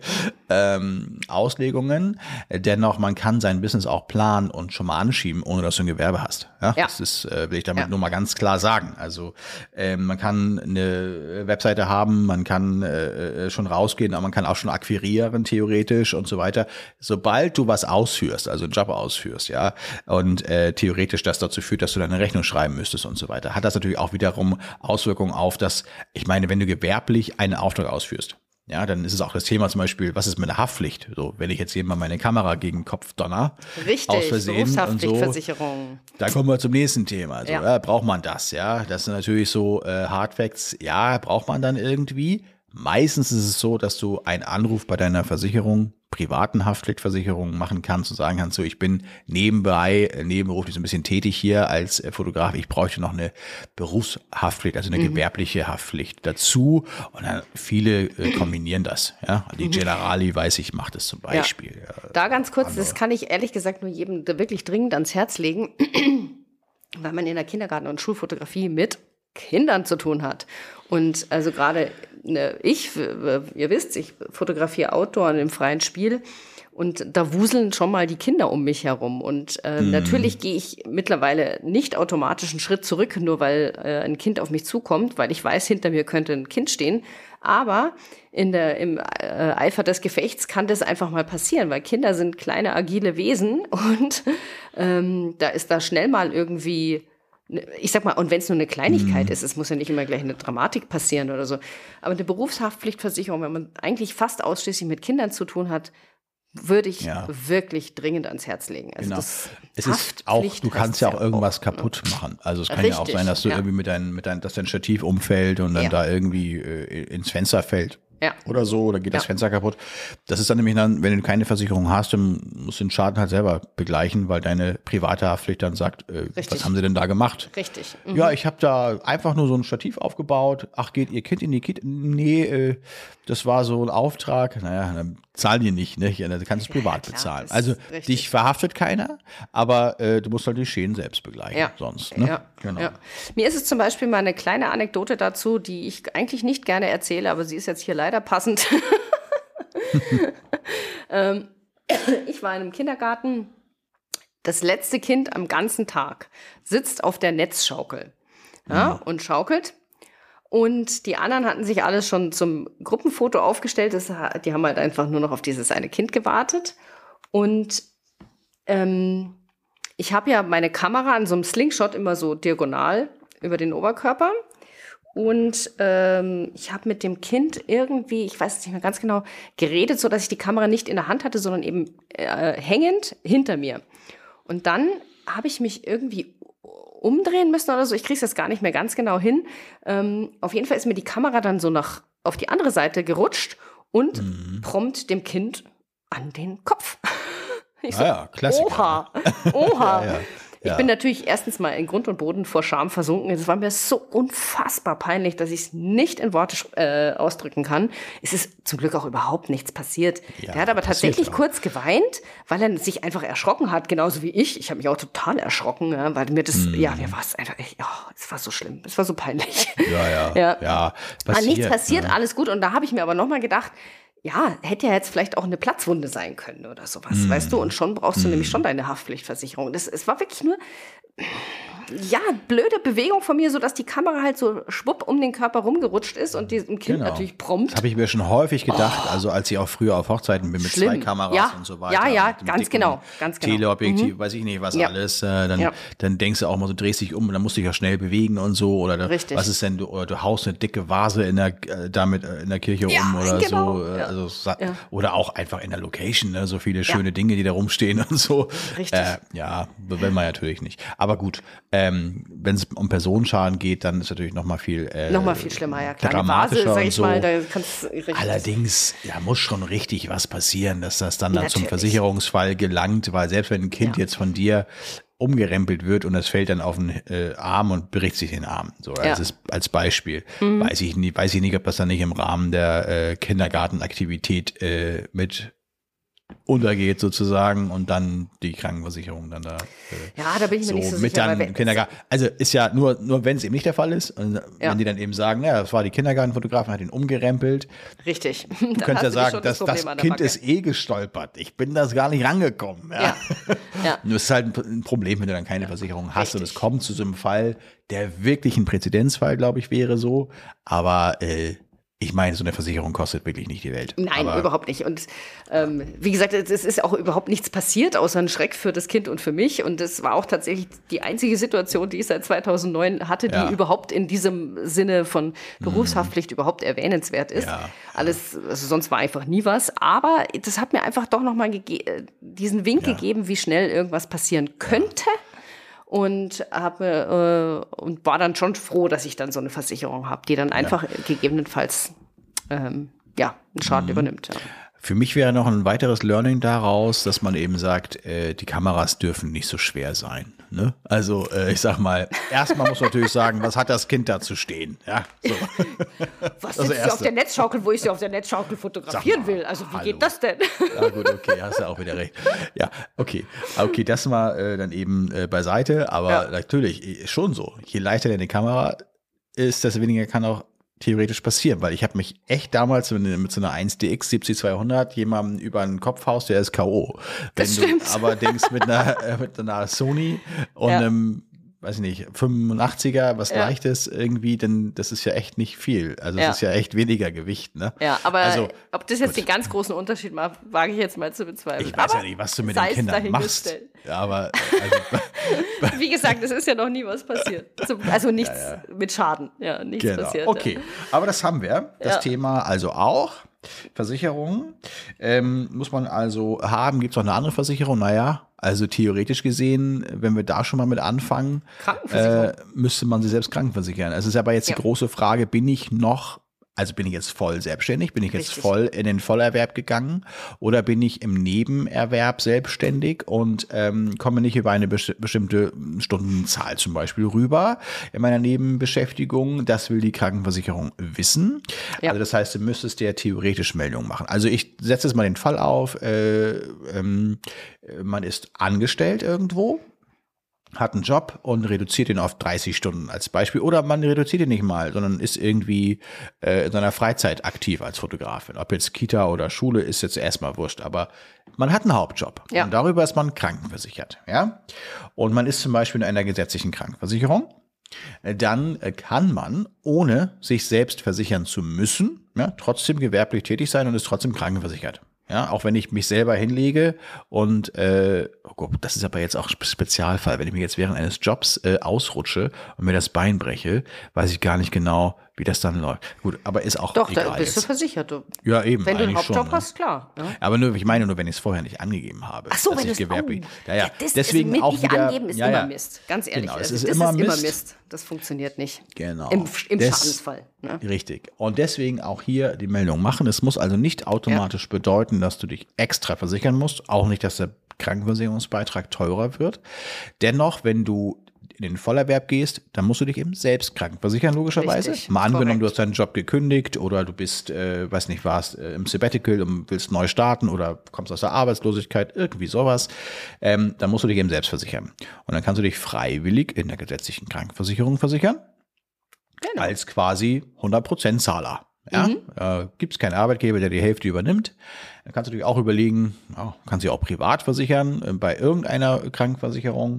S2: Auslegungen. Dennoch, man kann sein Business auch planen und schon mal anschieben, ohne dass du ein Gewerbe hast. Ja, das ist, will ich damit nur mal ganz klar sagen. Also man kann eine Webseite haben, man kann schon rausgehen, aber man kann auch schon akquirieren theoretisch und so weiter. Sobald du was ausführst, also einen Job ausführst, ja, und theoretisch das dazu führt, dass du deine Rechnung schreiben müsstest und so weiter, hat das natürlich auch wiederum Auswirkungen auf das, ich meine, wenn du gewerblich einen Auftrag ausführst, ja, dann ist es auch das Thema zum Beispiel, was ist mit der Haftpflicht? So, wenn ich jetzt jemand meine Kamera gegen den Kopf donner, aus Versehen und so, da kommen wir zum nächsten Thema. Also, braucht man das? Ja, das sind natürlich so Hardfacts. Ja, braucht man dann irgendwie. Meistens ist es so, dass du einen Anruf bei deiner Versicherung, privaten Haftpflichtversicherung machen kannst und sagen kannst, so, ich bin nebenberuflich so ein bisschen tätig hier als Fotograf, ich bräuchte noch eine Berufshaftpflicht, also eine gewerbliche Haftpflicht dazu, und dann viele kombinieren das, ja, die Generali, weiß ich, macht es zum Beispiel.
S3: Ja. Da ganz kurz, das kann ich ehrlich gesagt nur jedem wirklich dringend ans Herz legen, weil man in der Kindergarten- und Schulfotografie mit Kindern zu tun hat. Und also gerade ihr wisst, ich fotografiere Outdoor und im freien Spiel, und da wuseln schon mal die Kinder um mich herum. Und natürlich gehe ich mittlerweile nicht automatisch einen Schritt zurück, nur weil ein Kind auf mich zukommt, weil ich weiß, hinter mir könnte ein Kind stehen. Aber im Eifer des Gefechts kann das einfach mal passieren, weil Kinder sind kleine, agile Wesen, und da ist da schnell mal irgendwie, ich sag mal, und wenn es nur eine Kleinigkeit ist, es muss ja nicht immer gleich eine Dramatik passieren oder so, aber eine Berufshaftpflichtversicherung, wenn man eigentlich fast ausschließlich mit Kindern zu tun hat, würde ich wirklich dringend ans Herz legen. Also
S2: es ist auch, du kannst ja auch irgendwas kaputt machen. Also es kann ja auch sein, dass du irgendwie dass dein Stativ umfällt und dann da irgendwie ins Fenster fällt. Ja. Oder so, oder geht das Fenster kaputt. Das ist dann nämlich dann, wenn du keine Versicherung hast, dann musst du den Schaden halt selber begleichen, weil deine private Haftpflicht dann sagt, was haben sie denn da gemacht?
S3: Richtig.
S2: Ja, ich habe da einfach nur so ein Stativ aufgebaut. Ach, geht ihr Kind in die Kita? Nee, das war so ein Auftrag. Naja, dann zahlen die nicht, ne? Dann kannst du es privat bezahlen. Also dich verhaftet keiner, aber du musst halt die Schäden selbst begleichen. Sonst, ne?
S3: Genau. Ja. Mir ist es zum Beispiel mal eine kleine Anekdote dazu, die ich eigentlich nicht gerne erzähle, aber sie ist jetzt hier leider passend. Ich war in einem Kindergarten. Das letzte Kind am ganzen Tag sitzt auf der Netzschaukel und schaukelt. Und die anderen hatten sich alles schon zum Gruppenfoto aufgestellt. Die haben halt einfach nur noch auf dieses eine Kind gewartet. Und ich habe ja meine Kamera an so einem Slingshot immer so diagonal über den Oberkörper. Und ich habe mit dem Kind irgendwie, ich weiß es nicht mehr ganz genau, geredet, so dass ich die Kamera nicht in der Hand hatte, sondern eben hängend hinter mir. Und dann habe ich mich irgendwie umdrehen müssen oder so. Ich kriege es jetzt gar nicht mehr ganz genau hin. Auf jeden Fall ist mir die Kamera dann so auf die andere Seite gerutscht und prompt dem Kind an den Kopf. Ich so,
S2: Klassiker.
S3: Oha. Ja. Ich bin natürlich erstens mal in Grund und Boden vor Scham versunken. Es war mir so unfassbar peinlich, dass ich es nicht in Worte ausdrücken kann. Es ist zum Glück auch überhaupt nichts passiert. Der hat aber tatsächlich kurz geweint, weil er sich einfach erschrocken hat, genauso wie ich. Ich habe mich auch total erschrocken, weil mir das, mir war es einfach, es war so schlimm, es war so peinlich.
S2: Ja.
S3: Nichts passiert, alles gut. Und da habe ich mir aber nochmal gedacht, ja, hätte ja jetzt vielleicht auch eine Platzwunde sein können oder sowas, weißt du? Und schon brauchst du nämlich schon deine Haftpflichtversicherung. Es war wirklich nur, ja, blöde Bewegung von mir, sodass die Kamera halt so schwupp um den Körper rumgerutscht ist und diesem Kind natürlich prompt.
S2: Das habe ich mir schon häufig gedacht, also als ich auch früher auf Hochzeiten bin mit
S3: Schlimm.
S2: 2 Kameras
S3: Ja.
S2: und so weiter.
S3: Ja,
S2: mit dem
S3: ganz
S2: dicken
S3: genau.
S2: Teleobjektiv, weiß ich nicht, was alles. Dann denkst du auch mal so, drehst dich um und dann musst du dich ja schnell bewegen und so. Oder
S3: Richtig.
S2: was ist denn, oder du haust eine dicke Vase in der Kirche um oder
S3: genau.
S2: so.
S3: Ja.
S2: Also, oder auch einfach in der Location, ne? So viele schöne Dinge, die da rumstehen und so.
S3: Richtig.
S2: Ja, will man natürlich nicht. Aber gut, wenn es um Personenschaden geht, dann ist natürlich noch mal viel
S3: schlimmer, ja. Kleine
S2: dramatischer
S3: Vase, sag
S2: und
S3: ich
S2: so.
S3: mal, da kannst richtig.
S2: Allerdings, ja, muss schon richtig was passieren, dass das dann zum
S3: Natürlich.
S2: Versicherungsfall gelangt, weil selbst wenn ein Kind jetzt von dir umgerempelt wird und es fällt dann auf den Arm und bricht sich den Arm. So, als Beispiel. Weiß ich nicht, ob das dann nicht im Rahmen der Kindergartenaktivität mit untergeht sozusagen und dann die Krankenversicherung dann da.
S3: Ja, da bin ich mir nicht so
S2: mit
S3: sicher.
S2: dann Kindergarten. Also ist ja nur wenn es eben nicht der Fall ist. Und wenn die dann eben sagen, ja, das war die Kindergartenfotografin, hat ihn umgerempelt.
S3: Richtig.
S2: Du könntest ja sagen, das Kind ist gestolpert. Ich bin das gar nicht rangekommen. Ja. Nur es ist halt ein Problem, wenn du dann keine Versicherung hast.
S3: Richtig.
S2: Und es kommt zu so einem Fall, der wirklich ein Präzedenzfall, glaube ich, wäre so. Aber ich meine, so eine Versicherung kostet wirklich nicht die Welt.
S3: Nein, überhaupt nicht. Und wie gesagt, es ist auch überhaupt nichts passiert, außer ein Schreck für das Kind und für mich. Und es war auch tatsächlich die einzige Situation, die ich seit 2009 hatte, die überhaupt in diesem Sinne von Berufshaftpflicht überhaupt erwähnenswert ist. Ja. Alles, also sonst war einfach nie was. Aber das hat mir einfach doch nochmal diesen Wink gegeben, wie schnell irgendwas passieren könnte. Und war dann schon froh, dass ich dann so eine Versicherung habe, die dann einfach gegebenenfalls einen Schaden übernimmt. Ja.
S2: Für mich wäre noch ein weiteres Learning daraus, dass man eben sagt, die Kameras dürfen nicht so schwer sein. Ne? Also ich sag mal, erstmal muss man natürlich sagen, was hat das Kind da zu stehen? Ja, so.
S3: Was sitzt sie auf der Netzschaukel, wo ich sie auf der Netzschaukel fotografieren will? Also wie geht das denn?
S2: Ja gut, okay, hast du auch wieder recht. Ja, okay, das mal dann eben beiseite, aber natürlich schon so. Je leichter deine Kamera ist, desto weniger kann auch theoretisch passieren, weil ich habe mich echt damals mit so einer 1DX 70-200 jemandem über den Kopf haust, der ist K.O. Wenn du aber denkst mit einer Sony und einem, weiß ich nicht, 85er, was leichtes irgendwie, denn das ist ja echt nicht viel. Also es ist ja echt weniger Gewicht, ne?
S3: Ja, aber ob das jetzt den ganz großen Unterschied macht, wage ich jetzt mal zu bezweifeln.
S2: Ich weiß ja nicht, was du mit den Kindern machst. Ja, aber
S3: wie gesagt, es ist ja noch nie was passiert. Also nichts mit Schaden. Ja, nichts passiert.
S2: Okay, aber das haben wir. Das Thema also auch. Versicherung muss man also haben. Gibt es noch eine andere Versicherung? Naja, also theoretisch gesehen, wenn wir da schon mal mit anfangen, müsste man sich selbst krankenversichern. Es ist aber jetzt die große Frage, bin ich jetzt voll selbstständig? Bin ich jetzt voll in den Vollerwerb gegangen? Oder bin ich im Nebenerwerb selbstständig und komme nicht über eine bestimmte Stundenzahl zum Beispiel rüber in meiner Nebenbeschäftigung? Das will die Krankenversicherung wissen. Ja. Also das heißt, du müsstest ja theoretisch Meldungen machen. Also ich setze jetzt mal den Fall auf, man ist angestellt irgendwo, hat einen Job und reduziert ihn auf 30 Stunden als Beispiel. Oder man reduziert ihn nicht mal, sondern ist irgendwie in seiner Freizeit aktiv als Fotografin. Ob jetzt Kita oder Schule, ist jetzt erstmal wurscht. Aber man hat einen Hauptjob. Ja. Und darüber ist man krankenversichert. Ja? Und man ist zum Beispiel in einer gesetzlichen Krankenversicherung. Dann kann man, ohne sich selbst versichern zu müssen, trotzdem gewerblich tätig sein und ist trotzdem krankenversichert. Ja, auch wenn ich mich selber hinlege und, oh Gott, das ist aber jetzt auch ein Spezialfall. Wenn ich mich jetzt während eines Jobs ausrutsche und mir das Bein breche, weiß ich gar nicht genau, wie das dann läuft. Gut, aber ist auch
S3: doch,
S2: egal.
S3: Doch, da bist
S2: jetzt.
S3: Du versichert. Du.
S2: Ja, eben.
S3: Wenn du einen Hauptjob
S2: schon,
S3: hast, klar. Ja.
S2: Aber ich meine nur, wenn ich es vorher nicht angegeben habe.
S3: Ach so,
S2: dass
S3: wenn
S2: ich
S3: du
S2: gewerblich.
S3: Ja,
S2: deswegen
S3: mit
S2: auch
S3: nicht
S2: wieder,
S3: angeben ist immer Mist. Ganz ehrlich.
S2: Genau,
S3: also,
S2: es ist
S3: das
S2: immer
S3: ist
S2: Mist.
S3: immer Mist. Das funktioniert nicht.
S2: Genau.
S3: Im Schadensfall. Ne?
S2: Richtig. Und deswegen auch hier die Meldung machen. Es muss also nicht automatisch bedeuten, dass du dich extra versichern musst. Auch nicht, dass der Krankenversicherungsbeitrag teurer wird. Dennoch, wenn du in den Vollerwerb gehst, dann musst du dich eben selbst krankenversichern, logischerweise.
S3: Richtig,
S2: mal angenommen,
S3: korrekt.
S2: du hast deinen Job gekündigt oder du bist, warst im Sabbatical und willst neu starten oder kommst aus der Arbeitslosigkeit, irgendwie sowas, dann musst du dich eben selbst versichern. Und dann kannst du dich freiwillig in der gesetzlichen Krankenversicherung versichern. Genau. Als quasi 100% Zahler. Ja, gibt es keinen Arbeitgeber, der die Hälfte übernimmt. Dann kannst du natürlich auch überlegen, kannst du auch privat versichern, bei irgendeiner Krankenversicherung.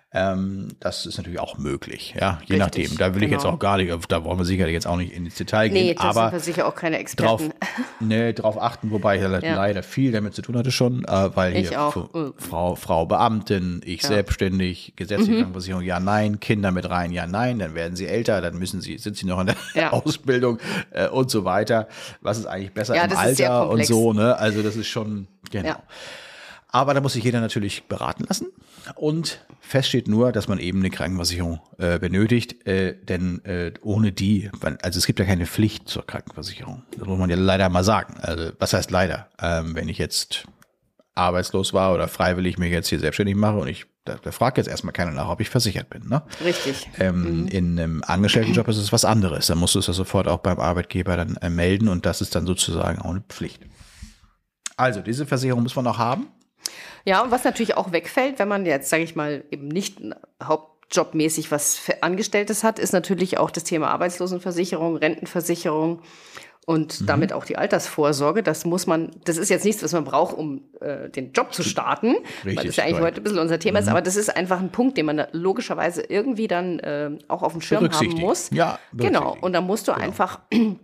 S2: Das ist natürlich auch möglich, ja, je nachdem. Da will ich jetzt auch gar nicht, da wollen wir sicherlich jetzt auch nicht ins Detail gehen.
S3: Nee, da sind wir sicher auch keine Experten.
S2: Drauf achten, wobei ich leider viel damit zu tun hatte schon, weil hier Frau Beamtin, ich selbstständig, gesetzliche Krankenversicherung, ja, nein, Kinder mit rein, ja, nein, dann werden sie älter, dann sind sie noch in der Ausbildung und so weiter. Was ist eigentlich besser im Alter und so, ne? Also das ist schon, genau. Ja. Aber da muss sich jeder natürlich beraten lassen und fest steht nur, dass man eben eine Krankenversicherung benötigt, denn ohne die, also es gibt ja keine Pflicht zur Krankenversicherung. Das muss man ja leider mal sagen. Also was heißt leider? Wenn ich jetzt arbeitslos war oder freiwillig mich jetzt hier selbstständig mache und da fragt jetzt erstmal keiner nach, ob ich versichert bin. Ne?
S3: Richtig.
S2: In einem Angestelltenjob ist es was anderes. Da musst du es ja sofort auch beim Arbeitgeber dann melden und das ist dann sozusagen auch eine Pflicht. Also diese Versicherung muss man noch haben.
S3: Ja, und was natürlich auch wegfällt, wenn man jetzt, sage ich mal, eben nicht hauptjobmäßig was Angestelltes hat, ist natürlich auch das Thema Arbeitslosenversicherung, Rentenversicherung und damit auch die Altersvorsorge. Das ist jetzt nichts, was man braucht, um den Job zu starten, weil das ja eigentlich heute ein bisschen unser Thema ist, aber das ist einfach ein Punkt, den man da logischerweise irgendwie dann auch auf dem Schirm haben muss.
S2: Ja,
S3: genau, und da musst du einfach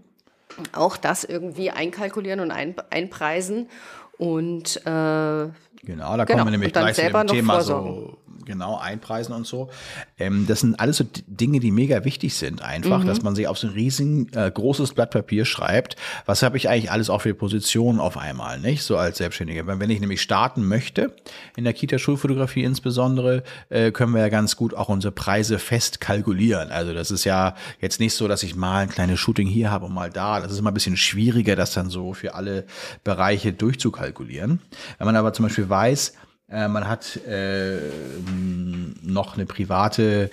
S3: auch das irgendwie einkalkulieren und einpreisen und
S2: genau, da kommen wir nämlich gleich zu dem Thema so genau einpreisen und so. Das sind alles so Dinge, die mega wichtig sind einfach, dass man sich auf so ein riesen großes Blatt Papier schreibt, was habe ich eigentlich alles auch für Positionen auf einmal, nicht? So als Selbstständiger. Wenn ich nämlich starten möchte, in der Kita-Schulfotografie insbesondere, können wir ja ganz gut auch unsere Preise fest kalkulieren. Also das ist ja jetzt nicht so, dass ich mal ein kleines Shooting hier habe und mal da. Das ist immer ein bisschen schwieriger, das dann so für alle Bereiche durchzukalkulieren. Wenn man aber zum Beispiel weiß, man hat noch eine private,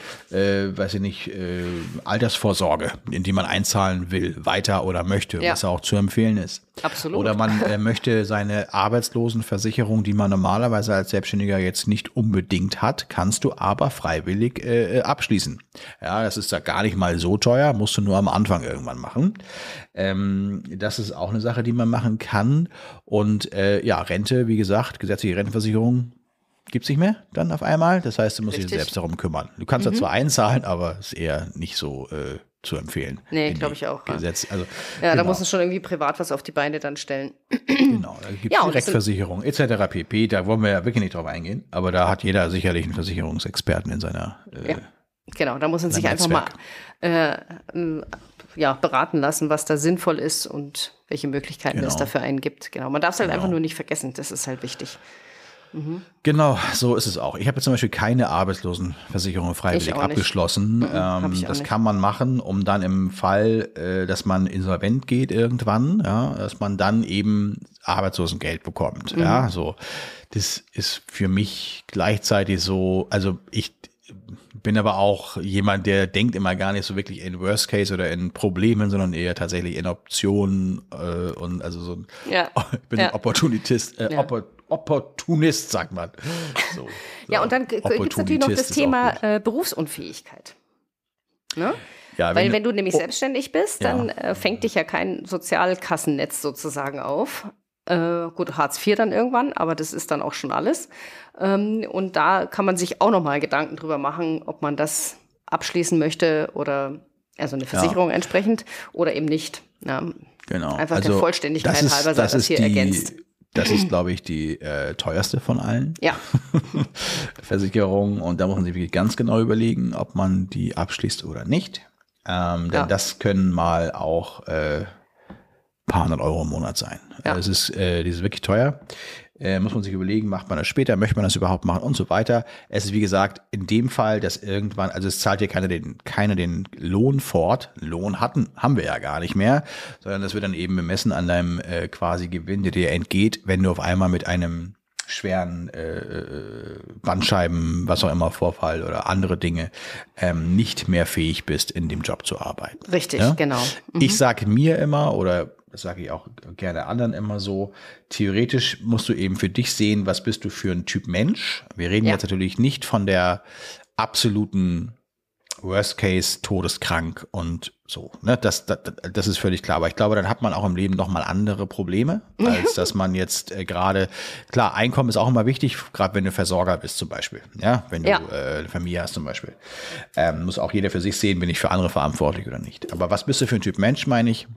S2: Altersvorsorge, in die man einzahlen will, weiter oder möchte, was auch zu empfehlen ist.
S3: Absolut.
S2: Oder man möchte seine Arbeitslosenversicherung, die man normalerweise als Selbstständiger jetzt nicht unbedingt hat, kannst du aber freiwillig abschließen. Ja, das ist da gar nicht mal so teuer, musst du nur am Anfang irgendwann machen. Das ist auch eine Sache, die man machen kann. Und Rente, wie gesagt, gesetzliche Rentenversicherung gibt's nicht mehr dann auf einmal. Das heißt, du musst dich selbst darum kümmern. Du kannst da zwar einzahlen, aber ist eher nicht so zu empfehlen.
S3: Nee, glaube ich auch.
S2: Gesetz. Also,
S3: da muss man schon irgendwie privat was auf die Beine dann stellen.
S2: Genau, da gibt es Direktversicherung etc. pp. Da wollen wir ja wirklich nicht drauf eingehen. Aber da hat jeder sicherlich einen Versicherungsexperten in seiner
S3: genau, da muss man sich einfach mal beraten lassen, was da sinnvoll ist und welche Möglichkeiten es dafür einen gibt. Genau, man darf es halt einfach nur nicht vergessen. Das ist halt wichtig.
S2: Genau, so ist es auch. Ich habe zum Beispiel keine Arbeitslosenversicherung freiwillig abgeschlossen. Das kann man machen, um dann im Fall, dass man insolvent geht irgendwann, dass man dann eben Arbeitslosengeld bekommt. Ja, so. Das ist für mich gleichzeitig so, also ich bin aber auch jemand, der denkt immer gar nicht so wirklich in Worst Case oder in Problemen, sondern eher tatsächlich in Optionen und also so ich bin ein Opportunist, sagt man. So,
S3: und dann gibt es natürlich noch das Thema Berufsunfähigkeit. Ne? Ja, weil wenn du nämlich selbstständig bist, dann fängt dich ja kein Sozialkassennetz sozusagen auf. Gut, Hartz IV dann irgendwann, aber das ist dann auch schon alles. Und da kann man sich auch nochmal Gedanken drüber machen, ob man das abschließen möchte oder also eine Versicherung entsprechend oder eben nicht. Ja,
S2: genau.
S3: Einfach der Vollständigkeit halber sei das hier ergänzt.
S2: Das ist, glaube ich, die teuerste von allen Versicherungen. Und da muss man sich wirklich ganz genau überlegen, ob man die abschließt oder nicht. Denn das können mal auch paar hundert Euro im Monat sein. Ja. Die ist wirklich teuer. Muss man sich überlegen, macht man das später, möchte man das überhaupt machen und so weiter. Es ist wie gesagt in dem Fall, dass irgendwann, also es zahlt hier keiner den Lohn fort. Lohn haben wir ja gar nicht mehr, sondern das wird dann eben bemessen an deinem quasi Gewinn, der dir entgeht, wenn du auf einmal mit einem schweren Bandscheiben, was auch immer, Vorfall oder andere Dinge nicht mehr fähig bist, in dem Job zu arbeiten.
S3: Richtig, genau.
S2: Ich sage mir immer, oder das sage ich auch gerne anderen immer so, theoretisch musst du eben für dich sehen, was bist du für ein Typ Mensch. Wir reden jetzt natürlich nicht von der absoluten Worst Case, todeskrank und so. Ne? Das ist völlig klar. Aber ich glaube, dann hat man auch im Leben nochmal andere Probleme, als dass man jetzt gerade, klar, Einkommen ist auch immer wichtig, gerade wenn du Versorger bist zum Beispiel. Ja, wenn du eine Familie hast zum Beispiel. Muss auch jeder für sich sehen, bin ich für andere verantwortlich oder nicht. Aber was bist du für ein Typ Mensch, meine ich?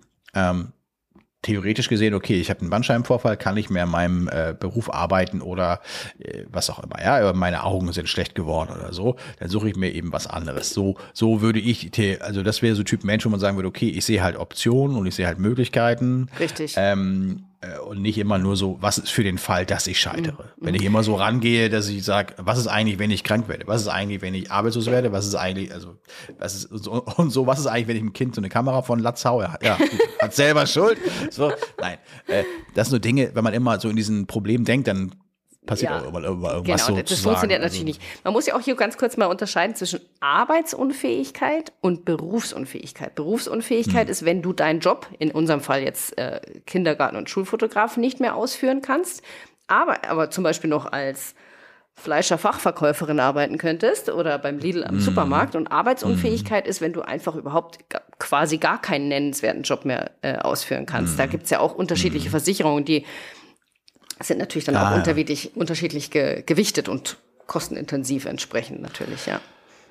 S2: Theoretisch gesehen, okay, ich habe einen Bandscheibenvorfall, kann ich mehr in meinem Beruf arbeiten oder was auch immer, ja, aber meine Augen sind schlecht geworden oder so, dann suche ich mir eben was anderes. So würde ich, also das wäre so Typ Mensch, wo man sagen würde, okay, ich sehe halt Optionen und ich sehe halt Möglichkeiten.
S3: Richtig.
S2: Und nicht immer nur so, was ist für den Fall, dass ich scheitere. Wenn ich immer so rangehe, dass ich sage, was ist eigentlich, wenn ich krank werde? Was ist eigentlich, wenn ich arbeitslos werde? Was ist eigentlich, also, was ist eigentlich, wenn ich einem Kind so eine Kamera von Latz haue? Ja, hat selber Schuld. So, nein. Das sind nur Dinge, wenn man immer so in diesen Problemen denkt, dann passiert auch immer irgendwas.
S3: Genau,
S2: so
S3: das funktioniert natürlich nicht. Man muss ja auch hier ganz kurz mal unterscheiden zwischen Arbeitsunfähigkeit und Berufsunfähigkeit. Berufsunfähigkeit ist, wenn du deinen Job, in unserem Fall jetzt Kindergarten- und Schulfotograf, nicht mehr ausführen kannst, aber zum Beispiel noch als Fleischerfachverkäuferin arbeiten könntest oder beim Lidl am Supermarkt. Und Arbeitsunfähigkeit ist, wenn du einfach überhaupt quasi gar keinen nennenswerten Job mehr ausführen kannst. Da gibt's ja auch unterschiedliche Versicherungen, die sind natürlich dann auch unterschiedlich gewichtet und kostenintensiv entsprechend natürlich, ja.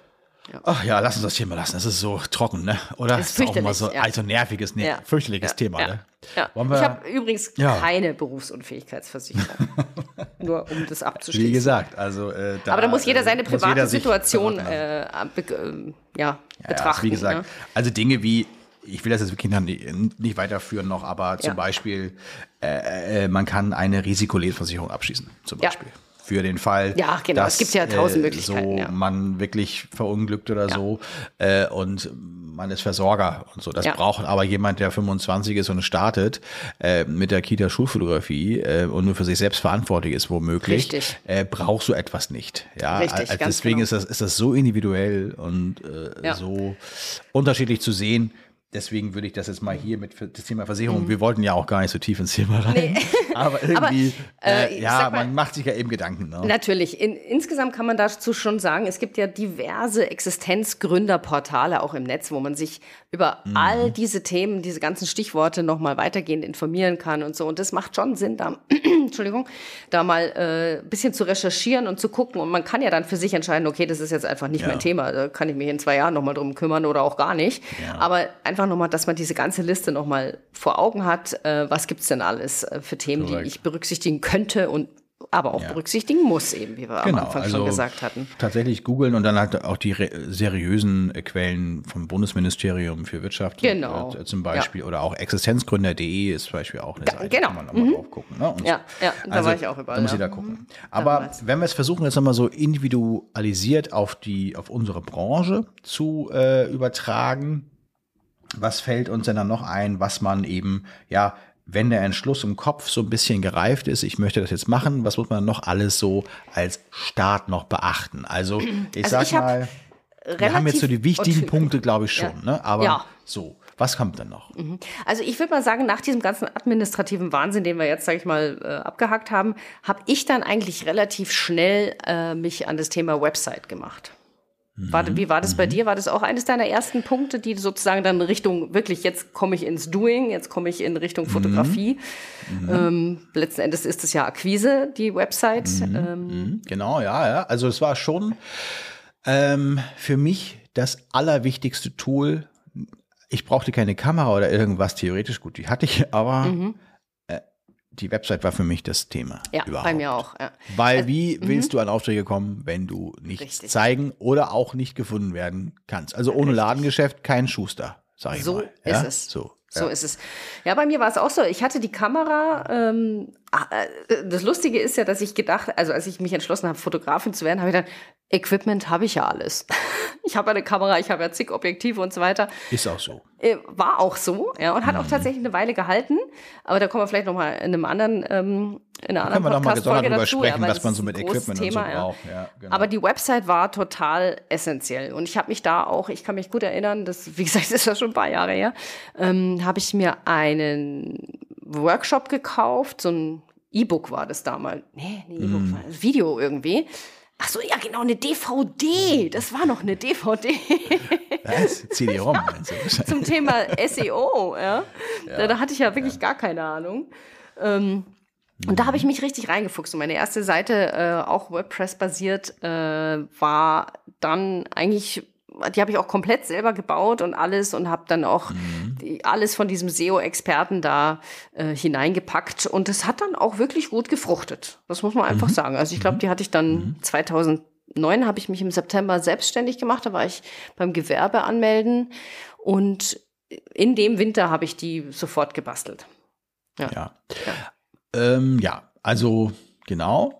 S2: Ach ja, lass uns das Thema lassen. Das ist so trocken, ne? Oder?
S3: Das ist
S2: auch immer so
S3: fürchterlich,
S2: also nerviges, fürchterliches Thema, ne?
S3: Ja. Ich habe übrigens keine Berufsunfähigkeitsversicherung. Nur um das abzuschließen.
S2: Wie gesagt, also
S3: aber da muss jeder seine private Situation
S2: betrachten.
S3: betrachten.
S2: Wie gesagt, also Dinge wie, ich will das jetzt wirklich nicht weiterführen noch, aber zum Beispiel, man kann eine Risikolebensversicherung abschließen, zum Beispiel. Für den Fall,
S3: ja, genau.
S2: dass
S3: es gibt ja 1000 Möglichkeiten,
S2: man wirklich verunglückt oder so und man ist Versorger und so. Das braucht aber jemand, der 25 ist und startet mit der Kita-Schulfotografie und nur für sich selbst verantwortlich ist, womöglich.
S3: Richtig.
S2: Brauchst du etwas nicht. Ja,
S3: Richtig, ganz
S2: deswegen
S3: genau.
S2: ist das so individuell und so unterschiedlich zu sehen. Deswegen würde ich das jetzt mal hier mit das Thema Versicherung, wir wollten ja auch gar nicht so tief ins Thema rein, aber irgendwie, man macht sich ja eben Gedanken. Ne?
S3: Natürlich. Insgesamt kann man dazu schon sagen, es gibt ja diverse Existenzgründerportale auch im Netz, wo man sich über all diese Themen, diese ganzen Stichworte nochmal weitergehend informieren kann und so. Und das macht schon Sinn, da, da mal ein bisschen zu recherchieren und zu gucken. Und man kann ja dann für sich entscheiden, okay, das ist jetzt einfach nicht mein Thema, da kann ich mich in 2 Jahren nochmal drum kümmern oder auch gar nicht. Ja. Aber einfach nochmal, dass man diese ganze Liste nochmal vor Augen hat, was gibt's denn alles für Themen, die ich berücksichtigen könnte und aber auch berücksichtigen muss, eben, wie wir am Anfang schon gesagt hatten.
S2: Tatsächlich googeln und dann halt auch die seriösen Quellen vom Bundesministerium für Wirtschaft zum Beispiel oder auch existenzgründer.de ist zum Beispiel auch eine Seite, da kann man nochmal drauf gucken. Ne? Und
S3: da war ich auch überall.
S2: Da muss jeder gucken. Aber wenn wir es versuchen, jetzt nochmal so individualisiert auf unsere Branche zu übertragen, was fällt uns denn dann noch ein, was man eben, wenn der Entschluss im Kopf so ein bisschen gereift ist, ich möchte das jetzt machen, was muss man noch alles so als Start noch beachten? Also ich sag mal, wir haben jetzt so die wichtigen Punkte, glaube ich schon, ne? Aber so, was kommt denn noch?
S3: Also ich würde mal sagen, nach diesem ganzen administrativen Wahnsinn, den wir jetzt, sage ich mal, abgehakt haben, habe ich dann eigentlich relativ schnell mich an das Thema Website gemacht. Wie war das bei dir? War das auch eines deiner ersten Punkte, die sozusagen dann Richtung, wirklich, jetzt komme ich ins Doing, jetzt komme ich in Richtung Fotografie. Letzten Endes ist es ja Akquise, die Website.
S2: Genau, ja. Also es war schon für mich das allerwichtigste Tool. Ich brauchte keine Kamera oder irgendwas, theoretisch gut, die hatte ich, aber die Website war für mich das Thema.
S3: Ja,
S2: überhaupt.
S3: Bei mir auch. Ja.
S2: Weil wie willst du an Aufträge kommen, wenn du nichts zeigen oder auch nicht gefunden werden kannst? Also ohne Ladengeschäft kein Schuster, sag ich mal.
S3: So ist es. So ist es. Ja, bei mir war es auch so. Ich hatte die Kamera. Das Lustige ist ja, dass ich gedacht, also als ich mich entschlossen habe, Fotografin zu werden, habe ich gedacht, Equipment habe ich ja alles. Ich habe eine Kamera, ich habe ja zig Objektive und so weiter.
S2: Ist auch so.
S3: War auch so, ja, und hat auch tatsächlich eine Weile gehalten. Aber da kommen wir vielleicht nochmal in einer anderen Podcast-Folge dazu.
S2: Sprechen, was man so mit Equipment
S3: Thema,
S2: und so braucht. Ja, genau.
S3: Aber die Website war total essentiell. Und ich habe mich da auch, ich kann mich gut erinnern, das, wie gesagt, ist ja schon ein paar Jahre her, habe ich mir einen Workshop gekauft, so ein E-Book war das damals. Nee, E-Book war ein Video irgendwie. Ach so, ja genau, eine DVD. Das war noch eine DVD.
S2: Was? CD-ROM meinst du?
S3: Zum Thema SEO, ja. Da hatte ich ja wirklich gar keine Ahnung. Und da habe ich mich richtig reingefuchst. Und meine erste Seite, auch WordPress-basiert, war dann eigentlich, die habe ich auch komplett selber gebaut und alles und habe dann auch alles von diesem SEO-Experten da hineingepackt. Und das hat dann auch wirklich gut gefruchtet. Das muss man einfach sagen. Also ich glaube, die hatte ich dann 2009 habe ich mich im September selbstständig gemacht. Da war ich beim Gewerbe anmelden und in dem Winter habe ich die sofort gebastelt.
S2: Ja. Also genau.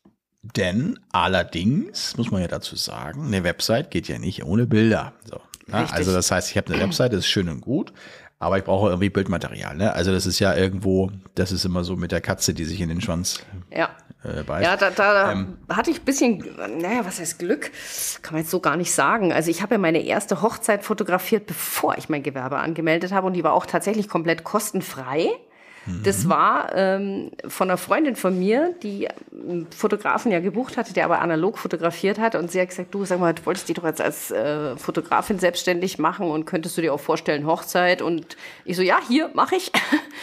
S2: Denn allerdings muss man ja dazu sagen, eine Website geht ja nicht ohne Bilder. So, ne? Also das heißt, ich habe eine Website, das ist schön und gut, aber ich brauche irgendwie Bildmaterial. Ne? Also das ist ja irgendwo, das ist immer so mit der Katze, die sich in den Schwanz beißt.
S3: Ja, da hatte ich ein bisschen, naja, was heißt Glück? Kann man jetzt so gar nicht sagen. Also ich habe ja meine erste Hochzeit fotografiert, bevor ich mein Gewerbe angemeldet habe und die war auch tatsächlich komplett kostenfrei. Das war von einer Freundin von mir, die einen Fotografen ja gebucht hatte, der aber analog fotografiert hat. Und sie hat gesagt, du, sag mal, du wolltest dich doch jetzt als Fotografin selbstständig machen und könntest du dir auch vorstellen, Hochzeit? Und ich so, ja, hier, mache ich.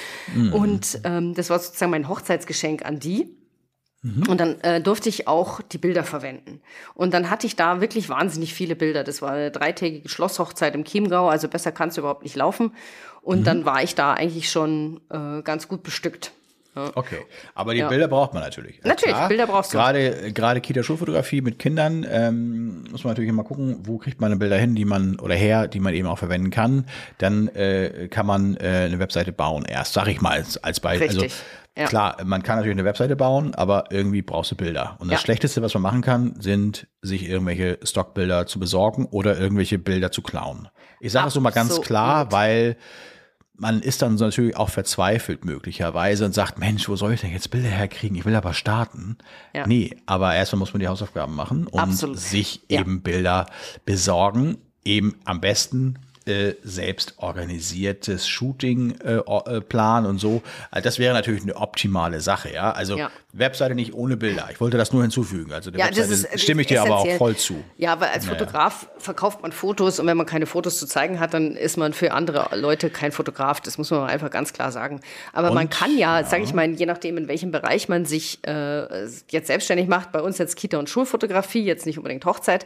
S3: Und das war sozusagen mein Hochzeitsgeschenk an die. Und dann durfte ich auch die Bilder verwenden. Und dann hatte ich da wirklich wahnsinnig viele Bilder. Das war eine 3-tägige Schlosshochzeit im Chiemgau, also besser kannst du überhaupt nicht laufen. Und dann war ich da eigentlich schon ganz gut bestückt. Ja.
S2: Okay, aber die Bilder braucht man natürlich.
S3: Natürlich, klar, Bilder brauchst du.
S2: Gerade Kita-Schulfotografie mit Kindern muss man natürlich immer gucken, wo kriegt man Bilder hin, die man eben auch verwenden kann. Dann kann man eine Webseite bauen erst, sag ich mal als Beispiel.
S3: Richtig.
S2: Also, klar, man kann natürlich eine Webseite bauen, aber irgendwie brauchst du Bilder. Und das Schlechteste, was man machen kann, sind, sich irgendwelche Stockbilder zu besorgen oder irgendwelche Bilder zu klauen. Ich sage das so mal ganz klar, weil man ist dann natürlich auch verzweifelt möglicherweise und sagt, Mensch, wo soll ich denn jetzt Bilder herkriegen? Ich will aber starten. Ja. Nee, aber erstmal muss man die Hausaufgaben machen und sich eben Bilder besorgen. Eben am besten selbst organisiertes Shooting-Plan und so. Also das wäre natürlich eine optimale Sache, ja. Also Webseite nicht ohne Bilder. Ich wollte das nur hinzufügen. Also der Webseite stimme ich dir aber auch voll zu.
S3: Ja, weil als Fotograf verkauft man Fotos und wenn man keine Fotos zu zeigen hat, dann ist man für andere Leute kein Fotograf. Das muss man einfach ganz klar sagen. Aber man kann sage ich mal, je nachdem, in welchem Bereich man sich jetzt selbstständig macht, bei uns jetzt Kita- und Schulfotografie, jetzt nicht unbedingt Hochzeit,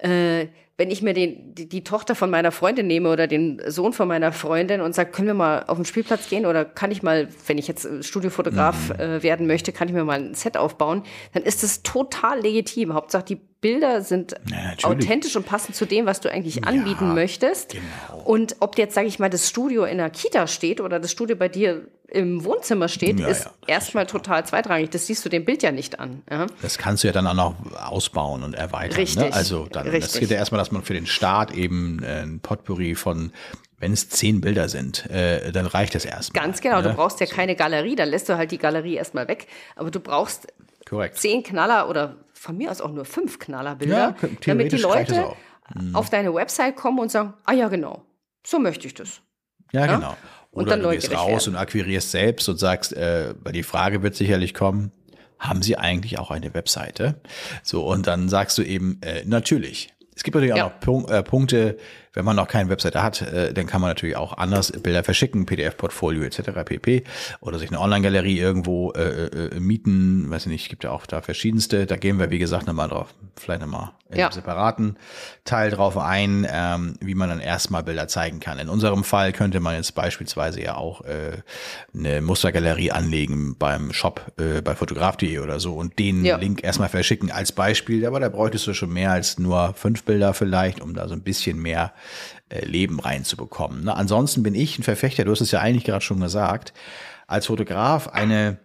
S3: wenn ich mir die Tochter von meiner Freundin nehme oder den Sohn von meiner Freundin und sage, können wir mal auf den Spielplatz gehen oder kann ich mal, wenn ich jetzt Studiofotograf werden möchte, kann ich mir mal ein Set aufbauen, dann ist das total legitim. Hauptsache die Bilder sind authentisch und passen zu dem, was du eigentlich anbieten möchtest. Genau. Und ob jetzt, sage ich mal, das Studio in der Kita steht oder das Studio bei dir im Wohnzimmer steht, ist erstmal total zweitrangig. Das siehst du dem Bild ja nicht an. Ja?
S2: Das kannst du ja dann auch noch ausbauen und erweitern. Richtig. Ne? Also das geht ja erstmal, dass man für den Start eben ein Potpourri von, wenn es 10 Bilder sind, dann reicht das erstmal.
S3: Ganz genau, ne? Du brauchst ja keine Galerie, dann lässt du halt die Galerie erstmal weg. Aber du brauchst 10 Knaller oder von mir aus auch nur 5 Knallerbilder, damit die Leute auf deine Website kommen und sagen, ah ja genau, so möchte ich das.
S2: Ja, genau. Oder du gehst raus und akquirierst selbst und sagst, weil die Frage wird sicherlich kommen, haben Sie eigentlich auch eine Webseite? So, und dann sagst du eben, natürlich. Es gibt natürlich auch noch Punkte, wenn man noch keine Webseite hat, dann kann man natürlich auch anders Bilder verschicken, PDF-Portfolio etc. pp. Oder sich eine Online-Galerie irgendwo mieten, weiß ich nicht, gibt ja auch da verschiedenste. Da gehen wir, wie gesagt, nochmal drauf, vielleicht nochmal in einem separaten Teil drauf ein, wie man dann erstmal Bilder zeigen kann. In unserem Fall könnte man jetzt beispielsweise ja auch eine Mustergalerie anlegen beim Shop bei fotograf.de oder so und den Link erstmal verschicken als Beispiel. Aber da bräuchtest du schon mehr als nur 5 Bilder vielleicht, um da so ein bisschen mehr Leben reinzubekommen. Ne? Ansonsten bin ich ein Verfechter, du hast es ja eigentlich gerade schon gesagt, als Fotograf eine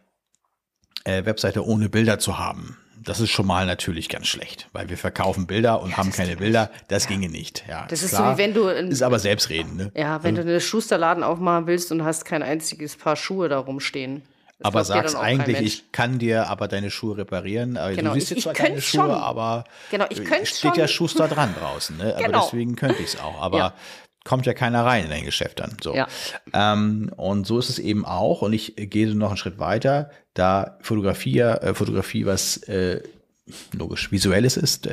S2: Webseite ohne Bilder zu haben. Das ist schon mal natürlich ganz schlecht, weil wir verkaufen Bilder und haben keine Bilder. Das ginge nicht. Ja,
S3: das ist klar, so wie wenn du
S2: ist aber selbstredend. Ne?
S3: Ja, wenn du einen Schusterladen aufmachen willst und hast kein einziges Paar Schuhe da rumstehen.
S2: Aber sagst eigentlich, ich kann dir aber deine Schuhe reparieren. Aber du siehst jetzt zwar keine Schuhe, aber steht ja Schuster dran draußen. Ne? Aber deswegen könnte ich es auch. Aber kommt ja keiner rein in dein Geschäft dann. So. Ja. Und so ist es eben auch. Und ich gehe noch einen Schritt weiter. Da Fotografie was logisch Visuelles ist,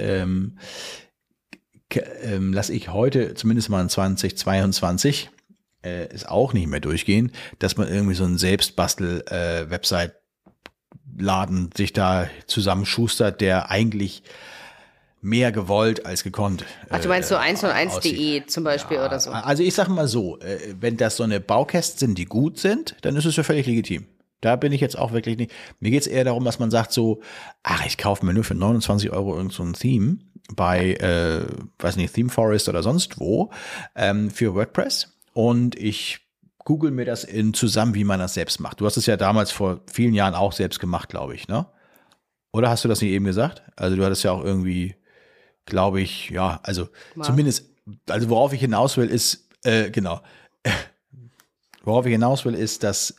S2: lasse ich heute, zumindest mal in 2022, ist auch nicht mehr durchgehen, dass man irgendwie so einen Selbstbastel-Website-Laden sich da zusammenschustert, der eigentlich mehr gewollt als gekonnt.
S3: Ach, du meinst so 1&1.de zum Beispiel oder so?
S2: Also ich sage mal so, wenn das so eine Baukästen sind, die gut sind, dann ist es ja völlig legitim. Da bin ich jetzt auch wirklich nicht. Mir geht es eher darum, dass man sagt so, ich kaufe mir nur für 29 € irgend so ein Theme bei, weiß nicht, Theme Forest oder sonst wo, für WordPress. Und ich google mir das zusammen, wie man das selbst macht. Du hast es ja damals vor vielen Jahren auch selbst gemacht, glaube ich, ne? Oder hast du das nicht eben gesagt? Also du hattest ja auch irgendwie, glaube ich, ja, also zumindest, also worauf ich hinaus will, ist, genau. Worauf ich hinaus will, ist, dass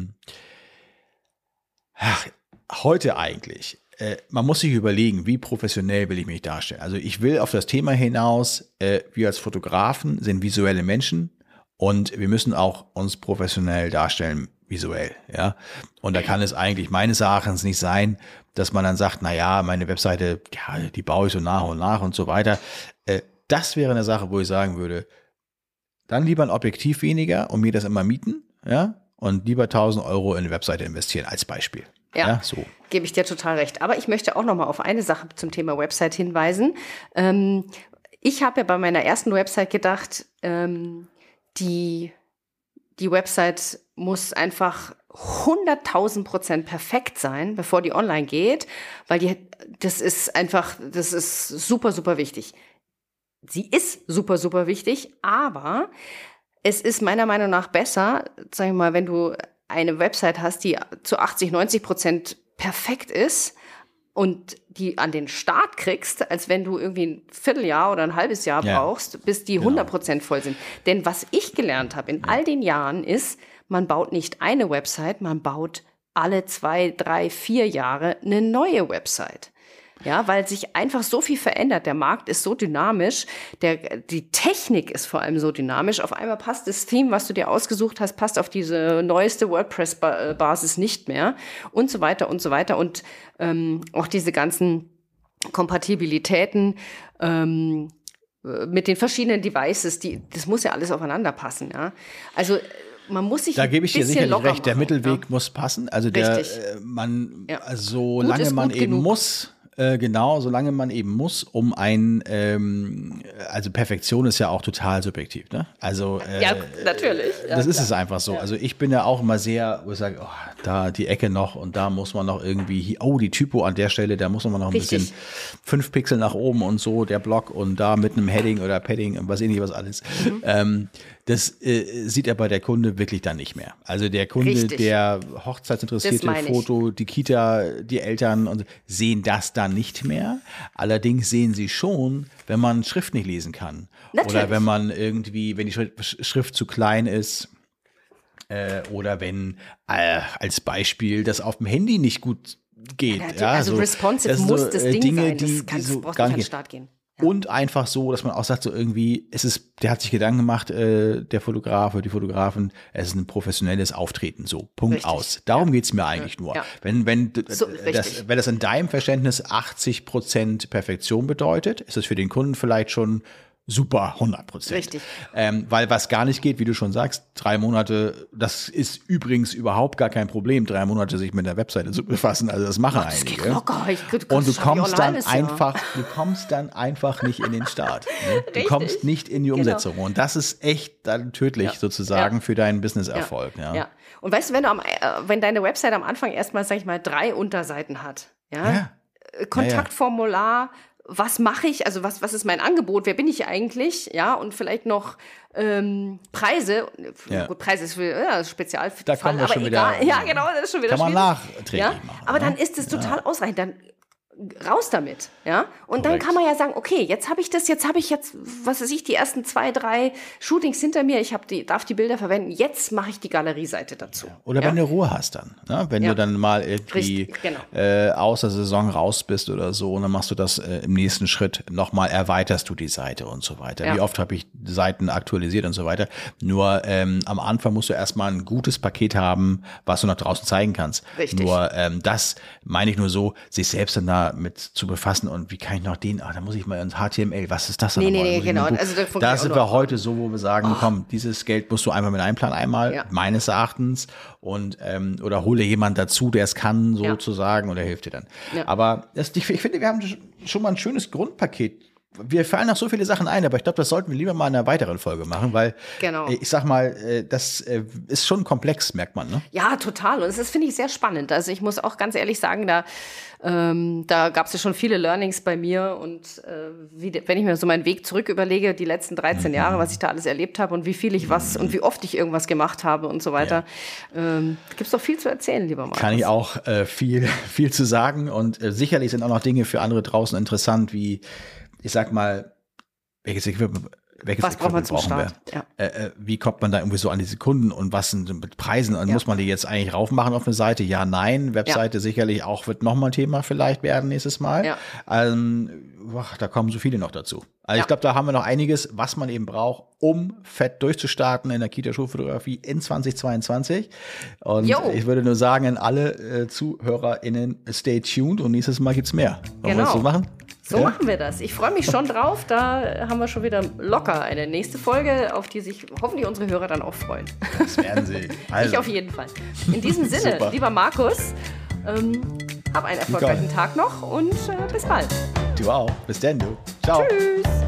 S2: heute eigentlich, man muss sich überlegen, wie professionell will ich mich darstellen. Also ich will auf das Thema hinaus, wir als Fotografen sind visuelle Menschen und wir müssen auch uns professionell darstellen, visuell, ja. Und da kann es eigentlich meines Erachtens nicht sein, dass man dann sagt, naja, meine Webseite, ja, die baue ich so nach und so weiter. Das wäre eine Sache, wo ich sagen würde, dann lieber ein Objektiv weniger und mir das immer mieten, ja, und lieber 1.000 € in eine Webseite investieren, als Beispiel.
S3: Ja,
S2: so.
S3: Gebe ich dir total recht. Aber ich möchte auch noch mal auf eine Sache zum Thema Website hinweisen. Ich habe ja bei meiner ersten Website gedacht, die Website muss einfach 100.000% perfekt sein, bevor die online geht, weil das ist super, super wichtig. Sie ist super, super wichtig, aber es ist meiner Meinung nach besser, sag ich mal, wenn du eine Website hast, die zu 80-90% perfekt ist und die an den Start kriegst, als wenn du irgendwie ein Vierteljahr oder ein halbes Jahr brauchst, bis die 100% voll sind. Denn was ich gelernt habe in all den Jahren ist, man baut nicht eine Website, man baut alle 2, 3, 4 Jahre eine neue Website. Ja, weil sich einfach so viel verändert. Der Markt ist so dynamisch, die Technik ist vor allem so dynamisch. Auf einmal passt das Theme, was du dir ausgesucht hast, passt auf diese neueste WordPress-Basis nicht mehr und so weiter und so weiter. Und auch diese ganzen Kompatibilitäten mit den verschiedenen Devices, das muss ja alles aufeinander passen. Ja? Also man muss sich
S2: da gebe ich dir sicherlich recht, der
S3: machen,
S2: Mittelweg muss passen. Also solange man eben
S3: genug.
S2: muss, solange man eben muss, um also Perfektion ist ja auch total subjektiv, ne? Also
S3: ja, natürlich. Ja,
S2: das ist es einfach so. Ja. Also ich bin ja auch immer sehr, wo ich sage, da die Ecke noch und da muss man noch irgendwie, die Typo an der Stelle, da muss man noch ein bisschen 5 Pixel nach oben und so, der Block und da mit einem Heading oder Padding und was ähnliches alles. Das sieht aber der Kunde wirklich dann nicht mehr. Also der Kunde, der hochzeitsinteressierte Foto, die Kita, die Eltern und sehen das dann nicht mehr. Allerdings sehen sie schon, wenn man Schrift nicht lesen kann. Natürlich. Oder wenn man irgendwie, wenn die Schrift zu klein ist. Oder wenn als Beispiel das auf dem Handy nicht gut geht.
S3: Also responsive muss das Ding Dinge, sein. Das kann so gar nicht an den Start gehen. Ja.
S2: Und einfach so, dass man auch sagt, so irgendwie, der hat sich Gedanken gemacht, der Fotograf oder die Fotografin, es ist ein professionelles Auftreten, so, Punkt
S3: Richtig.
S2: Aus. Darum geht's mir eigentlich nur. Ja. Wenn das in deinem Verständnis 80% Perfektion bedeutet, ist es für den Kunden vielleicht schon super, 100%.
S3: Richtig.
S2: Weil was gar nicht geht, wie du schon sagst, 3 Monate, das ist übrigens überhaupt gar kein Problem, 3 Monate sich mit der Webseite zu befassen, also das machen einige.
S3: Das geht locker.
S2: Und du kommst dann einfach nicht in den Start. Ne? Du kommst nicht in die Umsetzung. Genau. Und das ist echt dann tödlich sozusagen für deinen Business-Erfolg. Ja.
S3: Und weißt du, wenn deine Website am Anfang erstmal, sag ich mal, 3 Unterseiten hat, Kontaktformular, was mache ich, also was ist mein Angebot, wer bin ich eigentlich, ja, und vielleicht noch Preise, gut, Preise ist für Spezialfall,
S2: da kommen wir
S3: aber
S2: schon
S3: egal,
S2: wieder,
S3: ja, genau, das ist schon wieder
S2: kann
S3: schwierig.
S2: Man nachträglich machen.
S3: Aber dann ist es total ausreichend, dann raus damit, ja, und
S2: Korrekt.
S3: Dann kann man ja sagen, okay, jetzt habe ich, was weiß ich, die ersten 2, 3 Shootings hinter mir, darf die Bilder verwenden, jetzt mache ich die Galerieseite dazu.
S2: Oder wenn du Ruhe hast dann, ne? Wenn du dann mal irgendwie aus der Saison raus bist oder so, und dann machst du das im nächsten Schritt nochmal, erweiterst du die Seite und so weiter. Wie oft habe ich Seiten aktualisiert und so weiter. Nur am Anfang musst du erstmal ein gutes Paket haben, was du nach draußen zeigen kannst.
S3: Richtig.
S2: Nur das meine ich nur so, sich selbst dann da mit zu befassen und wie kann ich noch da muss ich mal ins HTML, was ist das denn?
S3: Nee, genau. Also
S2: da sind wir heute so, wo wir sagen, komm, dieses Geld musst du einfach mit einplanen, meines Erachtens, und oder hole jemand dazu, der es kann, sozusagen, oder hilft dir dann. Ja. Aber ich finde, wir haben schon mal ein schönes Grundpaket. Wir fallen noch so viele Sachen ein, aber ich glaube, das sollten wir lieber mal in einer weiteren Folge machen, weil ich sag mal, das ist schon komplex, merkt man, ne?
S3: Ja, total. Und das finde ich sehr spannend. Also ich muss auch ganz ehrlich sagen, da gab es ja schon viele Learnings bei mir und wenn ich mir so meinen Weg zurück überlege, die letzten 13 Jahre, was ich da alles erlebt habe und wie viel ich und wie oft ich irgendwas gemacht habe und so weiter, gibt es doch viel zu erzählen, lieber Markus.
S2: Kann ich auch viel zu sagen und sicherlich sind auch noch Dinge für andere draußen interessant, wie ich sag mal, welches Equipment brauchen wir? Ja. Wie kommt man da irgendwie so an die Sekunden und was sind mit Preisen? Und muss man die jetzt eigentlich raufmachen auf eine Seite? Ja, nein. Webseite sicherlich auch, wird nochmal ein Thema vielleicht werden nächstes Mal. Ja. Da kommen so viele noch dazu. Also ich glaube, da haben wir noch einiges, was man eben braucht, um fett durchzustarten in der Kita-Schulfotografie in 2022. Und ich würde nur sagen an alle ZuhörerInnen, stay tuned und nächstes Mal gibt's mehr. Wollen wir das so machen?
S3: So machen wir das. Ich freue mich schon drauf. Da haben wir schon wieder locker eine nächste Folge, auf die sich hoffentlich unsere Hörer dann auch freuen.
S2: Das werden sie. Also.
S3: Ich auf jeden Fall. In diesem Sinne, lieber Markus, hab einen erfolgreichen Tag noch und bis bald.
S2: Du auch. Bis dann, du. Ciao.
S3: Tschüss.